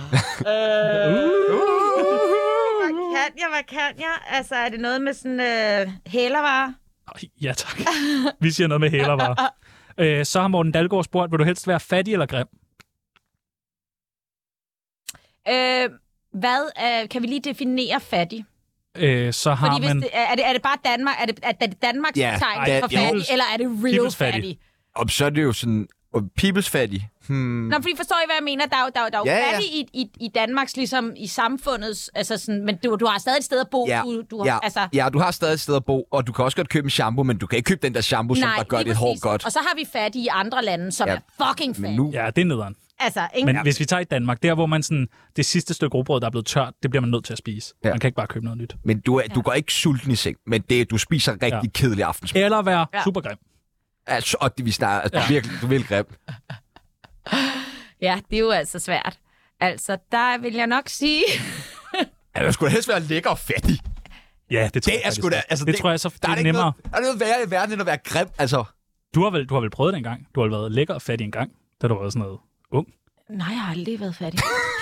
S3: kan jeg? Hvad kan jeg? Altså, er det noget med sådan øh, hælervarer?
S4: Ja, tak. Vi siger noget med hælervarer. øh, så har Morten Dalgaard spurgt, vil du helst være fattig eller grim?
S3: Øh, hvad øh, kan vi lige definere fattig?
S4: Øh, så har
S3: Fordi hvis
S4: man...
S3: det, er, det, er det bare Danmark? Er det, er det Danmarks
S1: Ja,
S3: betegnelse
S1: ja,
S3: for
S1: ja.
S3: fattig, eller er det real
S4: People's fattig.
S3: fattig?
S1: Og så er det jo sådan... Og people's fattig. Hmm.
S3: Nå, fordi forstår I, hvad jeg mener? Der er jo, der er jo, der er jo
S1: Ja, ja.
S3: fattig i, i, i Danmarks, ligesom i samfundets... Altså sådan, men du, du har stadig et sted at bo.
S1: Ja,
S3: Du, du,
S1: ja,
S3: altså,
S1: ja, du har stadig et sted at bo, og du kan også godt købe en shampoo, men du kan ikke købe den der shampoo, som der gør
S3: lige
S1: dit hår
S3: præcis.
S1: godt.
S3: Og så har vi fattige i andre lande, som
S1: Ja,
S3: er fucking fattige.
S1: Men nu...
S4: Ja, det er nederen.
S3: Altså, ikke?
S4: Men hvis vi tager i Danmark, der hvor man sådan... Det sidste stykke rugbrød, der er blevet tørt, det bliver man nødt til at spise.
S1: Ja.
S4: Man kan ikke bare købe noget nyt.
S1: Men du, er, du går ikke sulten i seng, men det, du spiser rigtig
S4: Ja.
S1: ja. kedelig aftensmad.
S4: Eller være
S3: Ja.
S4: super grim.
S1: Altså, og det, vi snakker, altså, ja. du, er virkelig, du er virkelig grim.
S3: Ja, det er jo altså svært. Altså, der vil jeg nok sige...
S1: Ja, du skulle helst være lækker og fattig.
S4: Ja, det tror
S1: Det
S4: jeg
S1: er
S4: faktisk
S1: sgu da...
S4: også.
S1: Altså,
S4: det, tror jeg så det
S1: der
S4: er
S1: ikke
S4: nemmere.
S1: Noget, der er noget værre i verden, end at være grim. Altså,
S4: Du har, vel, du har vel prøvet det engang? Du har været lækker og fattig engang, da du var sådan noget ung.
S3: Nej, jeg har aldrig været fattig.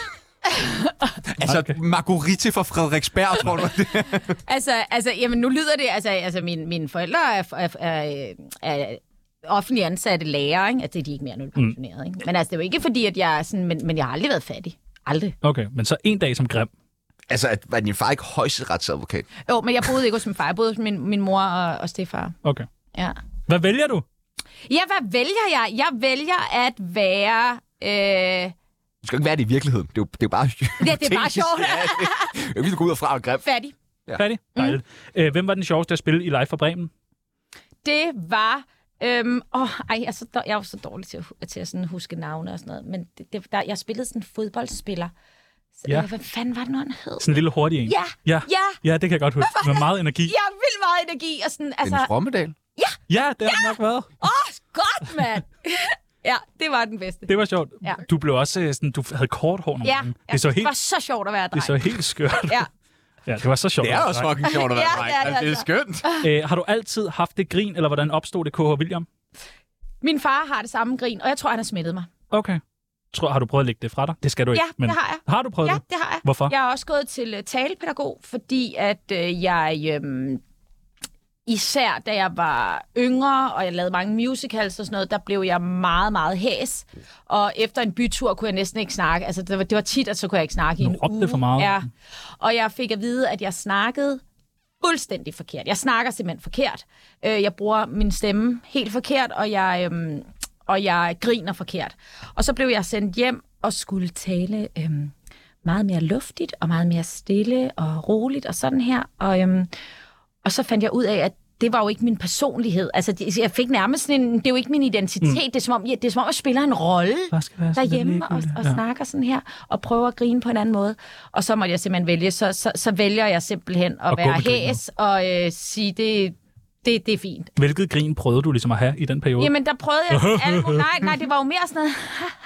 S1: altså
S4: Okay.
S1: Marguerite fra Frederiksberg, tror du det?
S3: altså, altså, jamen, nu lyder det... Altså, altså mine, mine forældre er, er, er, er offentligt ansatte lærer, ikke? Altså, det er de ikke mere, nu er de pensioneret, ikke? Men altså, det er jo ikke fordi, at jeg er sådan... Men, men jeg har aldrig været fattig. Aldrig.
S4: Okay, men så en dag som grim.
S1: altså, at, var din far ikke højesteretsadvokat?
S3: Jo, men jeg boede ikke hos min far. Jeg boede hos min, min mor og, og stefar.
S4: Okay.
S3: Ja.
S4: Hvad vælger du?
S3: Ja, hvad vælger jeg? Jeg vælger at være... Øh...
S1: Du skal ikke være det i virkeligheden. Det er jo, det er jo bare...
S3: Ja, det er bare sjovt.
S1: Ja, det er jo ikke gå ud og fra og grim.
S3: Fattig.
S1: Ja.
S4: Færdig? Dejligt. Øh, hvem var den sjoveste at spille i Live fra Bremen?
S3: Det var... Øhm, åh, ej, jeg er, så, dår- jeg er jo så dårlig til at, til at sådan huske navne og sådan noget. Men det, det, der, jeg spillede sådan en fodboldspiller. Så,
S4: Ja.
S3: ja. Hvad fanden var det nu, han hed?
S4: Sådan en lille hurtig en.
S3: Ja,
S4: Ja,
S3: ja.
S4: ja det kan jeg godt huske. Med meget energi.
S3: Jeg har vildt meget energi. Og sådan, altså,
S1: Dennis Rommedal.
S4: Ja, det har det nok været.
S3: åh, godt, mand! ja, det var den bedste.
S4: Det var sjovt.
S3: Ja.
S4: Du blev også øh, sådan, du havde kort hår nogle
S3: Ja,
S4: gange.
S3: ja,
S4: Det så
S3: det
S4: helt,
S3: var så sjovt at være
S4: det så
S3: dreng.
S4: helt skørt.
S3: Ja.
S4: Ja, det var så sjovt.
S1: Det er også fucking sjovt at være
S3: Ja,
S1: dreng.
S3: det er det
S1: Altså, det er
S3: altså.
S1: skønt.
S4: Øh, har du altid haft det grin, eller hvordan opstod det, K H. William?
S3: Min far har det samme grin, og jeg tror, han har smittet mig.
S4: Okay. Tror, har du prøvet at lægge det fra dig? Det skal du ikke.
S3: Ja, det har jeg.
S4: Har du prøvet
S3: Ja,
S4: det?
S3: det har jeg.
S4: Hvorfor?
S3: Jeg er også gået til uh, talepædagog, fordi at uh, jeg... Um, især da jeg var yngre, og jeg lavede mange musicals og sådan noget, der blev jeg meget, meget hæs. Og efter en bytur kunne jeg næsten ikke snakke. Altså, det var, det var tit, at så kunne jeg ikke snakke i
S4: Du
S3: en
S4: råbte
S3: uge.
S4: for meget.
S3: Ja. Og jeg fik at vide, at jeg snakkede fuldstændig forkert. Jeg snakker simpelthen forkert. Øh, Jeg bruger min stemme helt forkert, og jeg, øhm, og jeg griner forkert. Og så blev jeg sendt hjem og skulle tale øhm, meget mere luftigt, og meget mere stille og roligt, og sådan her. Og, øhm, og så fandt jeg ud af, at det var jo ikke min personlighed. Altså, det, jeg fik nærmest sådan en... Det er jo ikke min identitet. Mm. Det, er, som om, jeg, det er som om, jeg spiller en rolle
S4: Der skal være sådan lidt
S3: derhjemme og,
S4: ligegyldigt.
S3: og
S4: Ja.
S3: snakker sådan her, og prøver at grine på en anden måde. Og så måtte jeg simpelthen vælge. Så, så, så vælger jeg simpelthen at
S4: Og gå
S3: være
S4: med griner.
S3: hæs og øh, sige, det, det, det er fint.
S4: Hvilket grin prøvede du ligesom at have i den periode?
S3: Jamen, der prøvede jeg alle mulige... Nej, nej, det var jo mere sådan noget...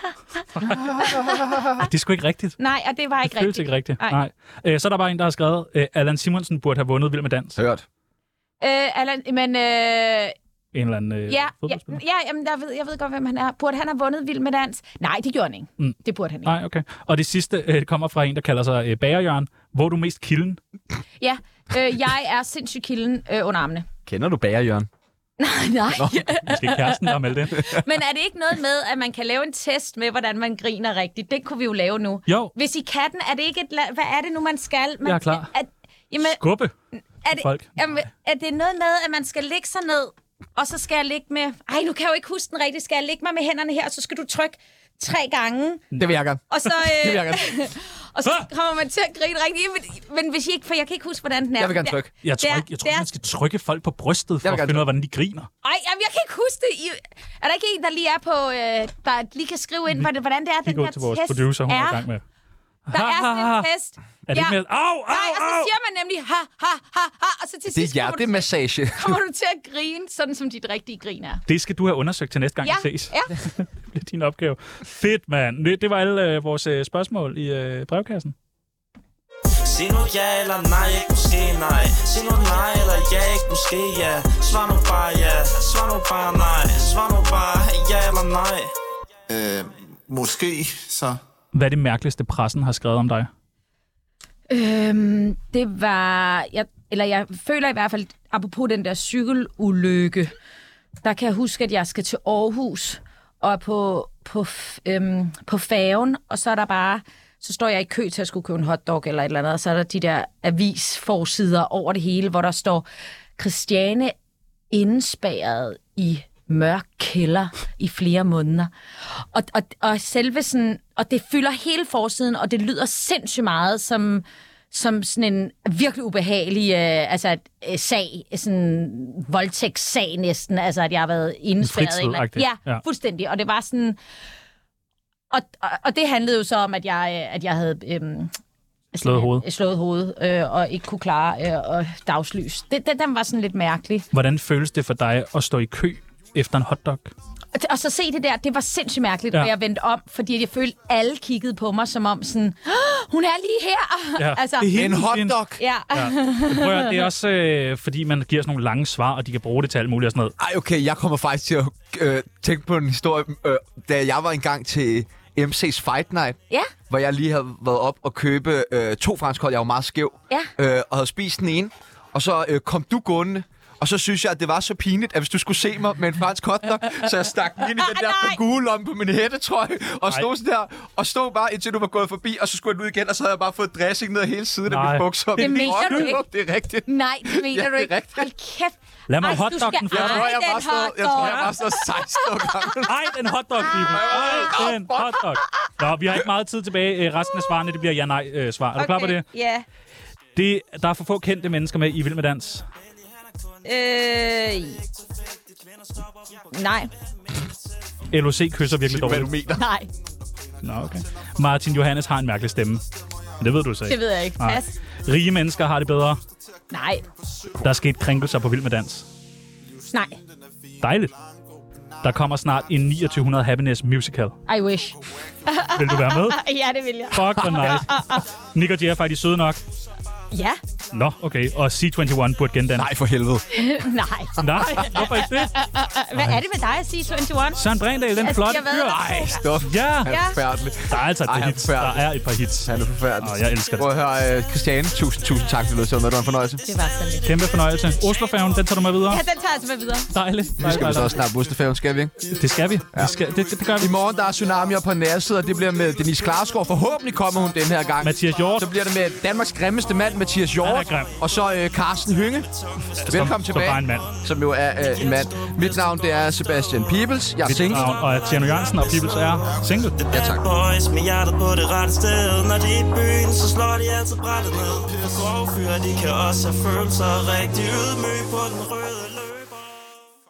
S4: Det er sgu ikke rigtigt.
S3: Nej, og det var ikke
S4: Det føles
S3: rigtigt.
S4: ikke rigtigt.
S3: Nej.
S4: Nej. Øh, så er der bare en, der har skrevet, øh, Allan Simonsen burde have vundet Vild med Dans.
S1: Hørt.
S3: Øh, Allan, men... Øh,
S4: En eller anden øh,
S3: Ja, ja,
S4: fodboldspiller?
S3: ja jamen, jeg, ved, jeg ved godt, hvem han er. Burde han have vundet Vild med Dans? Nej, det gjorde han ikke. Mm. Det burde han ikke.
S4: Nej, okay. Og det sidste øh, kommer fra en, der kalder sig øh, Bagerjørn. Hvor er du mest kilden?
S3: Ja, øh, jeg er sindssygt kilden øh, under armene.
S1: Kender du Bager, Jørgen?
S3: Nej, nej.
S4: Måske kæresten, der har meldt det.
S3: Men er det ikke noget med, at man kan lave en test med, hvordan man griner rigtigt? Det kunne vi jo lave nu.
S4: Jo.
S3: Hvis I kan den, er det ikke et... La- hvad er det nu, man skal? Man
S4: Jeg er klar.
S3: Skal, at, jamen,
S4: Skubbe
S3: er det,
S4: folk.
S3: Jamen, er det noget med, at man skal lægge sig ned, og så skal jeg ligge med... Ej, nu kan jeg jo ikke huske den rigtigt. Skal jeg ligge mig med hænderne her, og så skal du trykke tre gange.
S1: Det vil jeg gerne.
S3: Og så, øh,
S1: Det vil jeg gerne.
S3: og så kommer man til at grine rigtigt. Men, men hvis I ikke... For jeg kan ikke huske, hvordan den er.
S1: Jeg vil gerne trykke.
S4: Jeg tror,
S3: Det er-
S4: ikke, jeg tror
S3: det er-
S4: man skal trykke folk på brystet, for
S1: Jeg vil
S4: at
S1: gerne
S4: finde ud af, hvordan de griner.
S3: Ej, jamen, jeg kan ikke huske det. I, er der ikke en, der lige er på... Øh, der lige kan skrive ind, hvordan, hvordan det er,
S4: Vi
S3: den
S4: går
S3: her
S4: til vores
S3: test
S4: producer, hun er i
S3: er?
S4: gang med.
S3: Der er sådan en test.
S4: Er det ikke mere... Au, au,
S3: Nej, og så
S4: au!
S3: siger man nemlig ha, ha, ha, ha, og så til
S1: Det er
S3: sidst kommer du,
S1: hjertemassage.
S3: kommer du til at grine, sådan som dit rigtige grin er.
S4: Det skal du have undersøgt til næste gang,
S3: Ja,
S4: vi ses.
S3: ja.
S4: Det bliver din opgave. Fedt, mand. Det, det var alle øh, vores øh, spørgsmål i øh, brevkassen.
S5: Sig nu ja eller nej, ikke måske nej. Sig nu nej eller ja, ikke måske ja. Svar nu bare ja, svar nu bare nej. Svar nu bare ja eller nej.
S7: Øh, måske så.
S4: Hvad er det mærkeligste, pressen har skrevet om dig?
S3: Øhm, det var... Jeg, eller jeg føler i hvert fald, apropos den der cykelulykke, der kan jeg huske, at jeg skal til Aarhus, og er på, på, øhm, på færgen, og så er der bare... Så står jeg i kø til at skulle købe en hotdog eller et eller andet, og så er der de der avisforsider over det hele, hvor der står Christiane indespærret i mørk kælder i flere måneder. Og, og, og selve sådan, og det fylder hele forsiden, og det lyder sindssygt meget som, som sådan en virkelig ubehagelig øh, altså, øh, sag, sådan voldtægtssag næsten, altså at jeg har været indespærret. i en- Ja,
S4: Ja.
S3: fuldstændig. Og det var sådan... Og, og, og det handlede jo så om, at jeg, at jeg havde øhm,
S4: Slået hovedet.
S3: slået hovedet øh, og ikke kunne klare øh, og dagslys. Det, det, den var sådan lidt mærkelig.
S4: Hvordan føles det for dig at stå i kø efter en hotdog?
S3: Og, og så se det der, det var sindssygt mærkeligt,
S4: Ja.
S3: ja. Og jeg vendte om, fordi jeg følte, alle kiggede på mig som om sådan, hun er lige her.
S4: Ja.
S3: altså,
S4: Det er
S1: En hotdog.
S3: ja.
S4: Ja. Prøv at, høre, det er også øh, fordi, man giver sådan nogle lange svar, og de kan bruge det til alt muligt og sådan noget.
S1: Ej, okay, jeg kommer faktisk til at øh, tænke på en historie, øh, da jeg var engang til M C's Fight Night,
S3: Ja.
S1: hvor jeg lige havde været op og købe øh, to franskhold. Jeg var meget skæv,
S3: Ja.
S1: øh, og havde spist den ene. Og så øh, kom du gående, og så synes jeg, at det var så pinligt, at hvis du skulle se mig med en fransk hotdog, så jeg stak den ind i den der gule på min hættetrøje, og stod sådan der, og stod bare indtil du var gået forbi, og så skulle jeg ud igen, og så havde jeg bare fået dressing ned ad hele siden af
S4: Nej.
S1: mit bukser.
S3: Det mener du ikke.
S1: Det er rigtigt.
S3: Nej, det mener
S1: Ja,
S3: du
S1: det er
S3: ikke.
S1: rigtigt.
S3: Hold kæft.
S4: Lad mig
S3: Ej, du
S4: hotdoggen
S3: skal
S4: først.
S1: Jeg tror, jeg
S3: eje
S1: var
S3: den
S1: sådan, jeg tror, jeg
S3: hotdog.
S1: var sådan seksten år gammel.
S4: Ej, den hotdog, Iben. Ej, den hotdog. Nå, vi har ikke meget tid tilbage. Øh, Resten af svarene, det bliver ja-nej-svar. Er du klar på det?
S3: Ja.
S4: det? Der er for få kendte mennesker med i Vild med Dans.
S3: Øh... Nej.
S4: L O C kysser virkelig
S1: Hvad du
S4: dårligt.
S1: mener.
S3: Nej,
S4: Nå, okay. Martin Johannes har en mærkelig stemme. Men det ved du så ikke.
S3: det ved jeg ikke.
S4: Nej.
S3: Pas.
S4: Rige mennesker har det bedre.
S3: Nej.
S4: Der er sket krænkelser på Vild med Dans.
S3: Nej.
S4: Dejligt. Der kommer snart en niogtyve hundrede Happiness musical.
S3: I wish.
S4: Vil du være med?
S3: Ja, det vil jeg.
S4: Fuck, hvor nice. Nick og Jeff, er de søde nok?
S3: Ja.
S4: Nå, okay. Og C enogtyve burde gendanne.
S1: Nej, for helvede.
S3: Nej.
S4: Nej, hvorfor ikke det?
S3: Hvad er det med dig, C enogtyve?
S4: Søren Brændal, den
S3: Altså,
S4: flotte
S3: jeg ved
S4: fyr.
S3: det.
S1: Ej, stop.
S4: Ja,
S1: Han er forfærdelig.
S4: der er altså et
S1: Ej,
S4: par
S1: han er
S4: hits. Der
S1: forfærdelig.
S4: er et par hits.
S1: Han er forfærdelig.
S4: Åh, jeg elsker det.
S1: Prøv at høre, uh, Christiane, tusind, tusind tak, fordi du lød til med. Det var en fornøjelse.
S3: Det var sådan lidt.
S4: Kæmpe fornøjelse. Oslofærgen, den tager du med videre.
S3: Ja, den tager jeg altså med videre.
S4: Dejligt.
S1: Vi skal vi så også snart Bustefærgen, skal vi ikke?
S4: Det skal vi. Det, skal, det, det, det gør vi.
S1: I morgen der er Tsunami på nærsiden, og det bliver med Denise Klarskov. Forhåbentlig kommer hun den her gang.
S4: Mathias Hjort.
S1: Så bliver det med Danmarks grimmeste mand, Mathias
S4: Han er
S1: Hjort.
S4: grim.
S1: Og så øh, Carsten Hynge. Velkommen
S4: som,
S1: tilbage.
S4: Som bare en mand.
S1: Som jo er øh, en mand. Mit navn, det er Sebastian Peebles. Jeg er
S4: Mit
S1: single.
S4: navn og Tjerno Jørgensen og Peoples er single.
S1: Ja, tak.
S5: Boys med hjertet på det rette sted. Når de er i byen, så slår de altid brættet ned. For grove fyre, de kan også have følelser rigtig ydmyge på den røde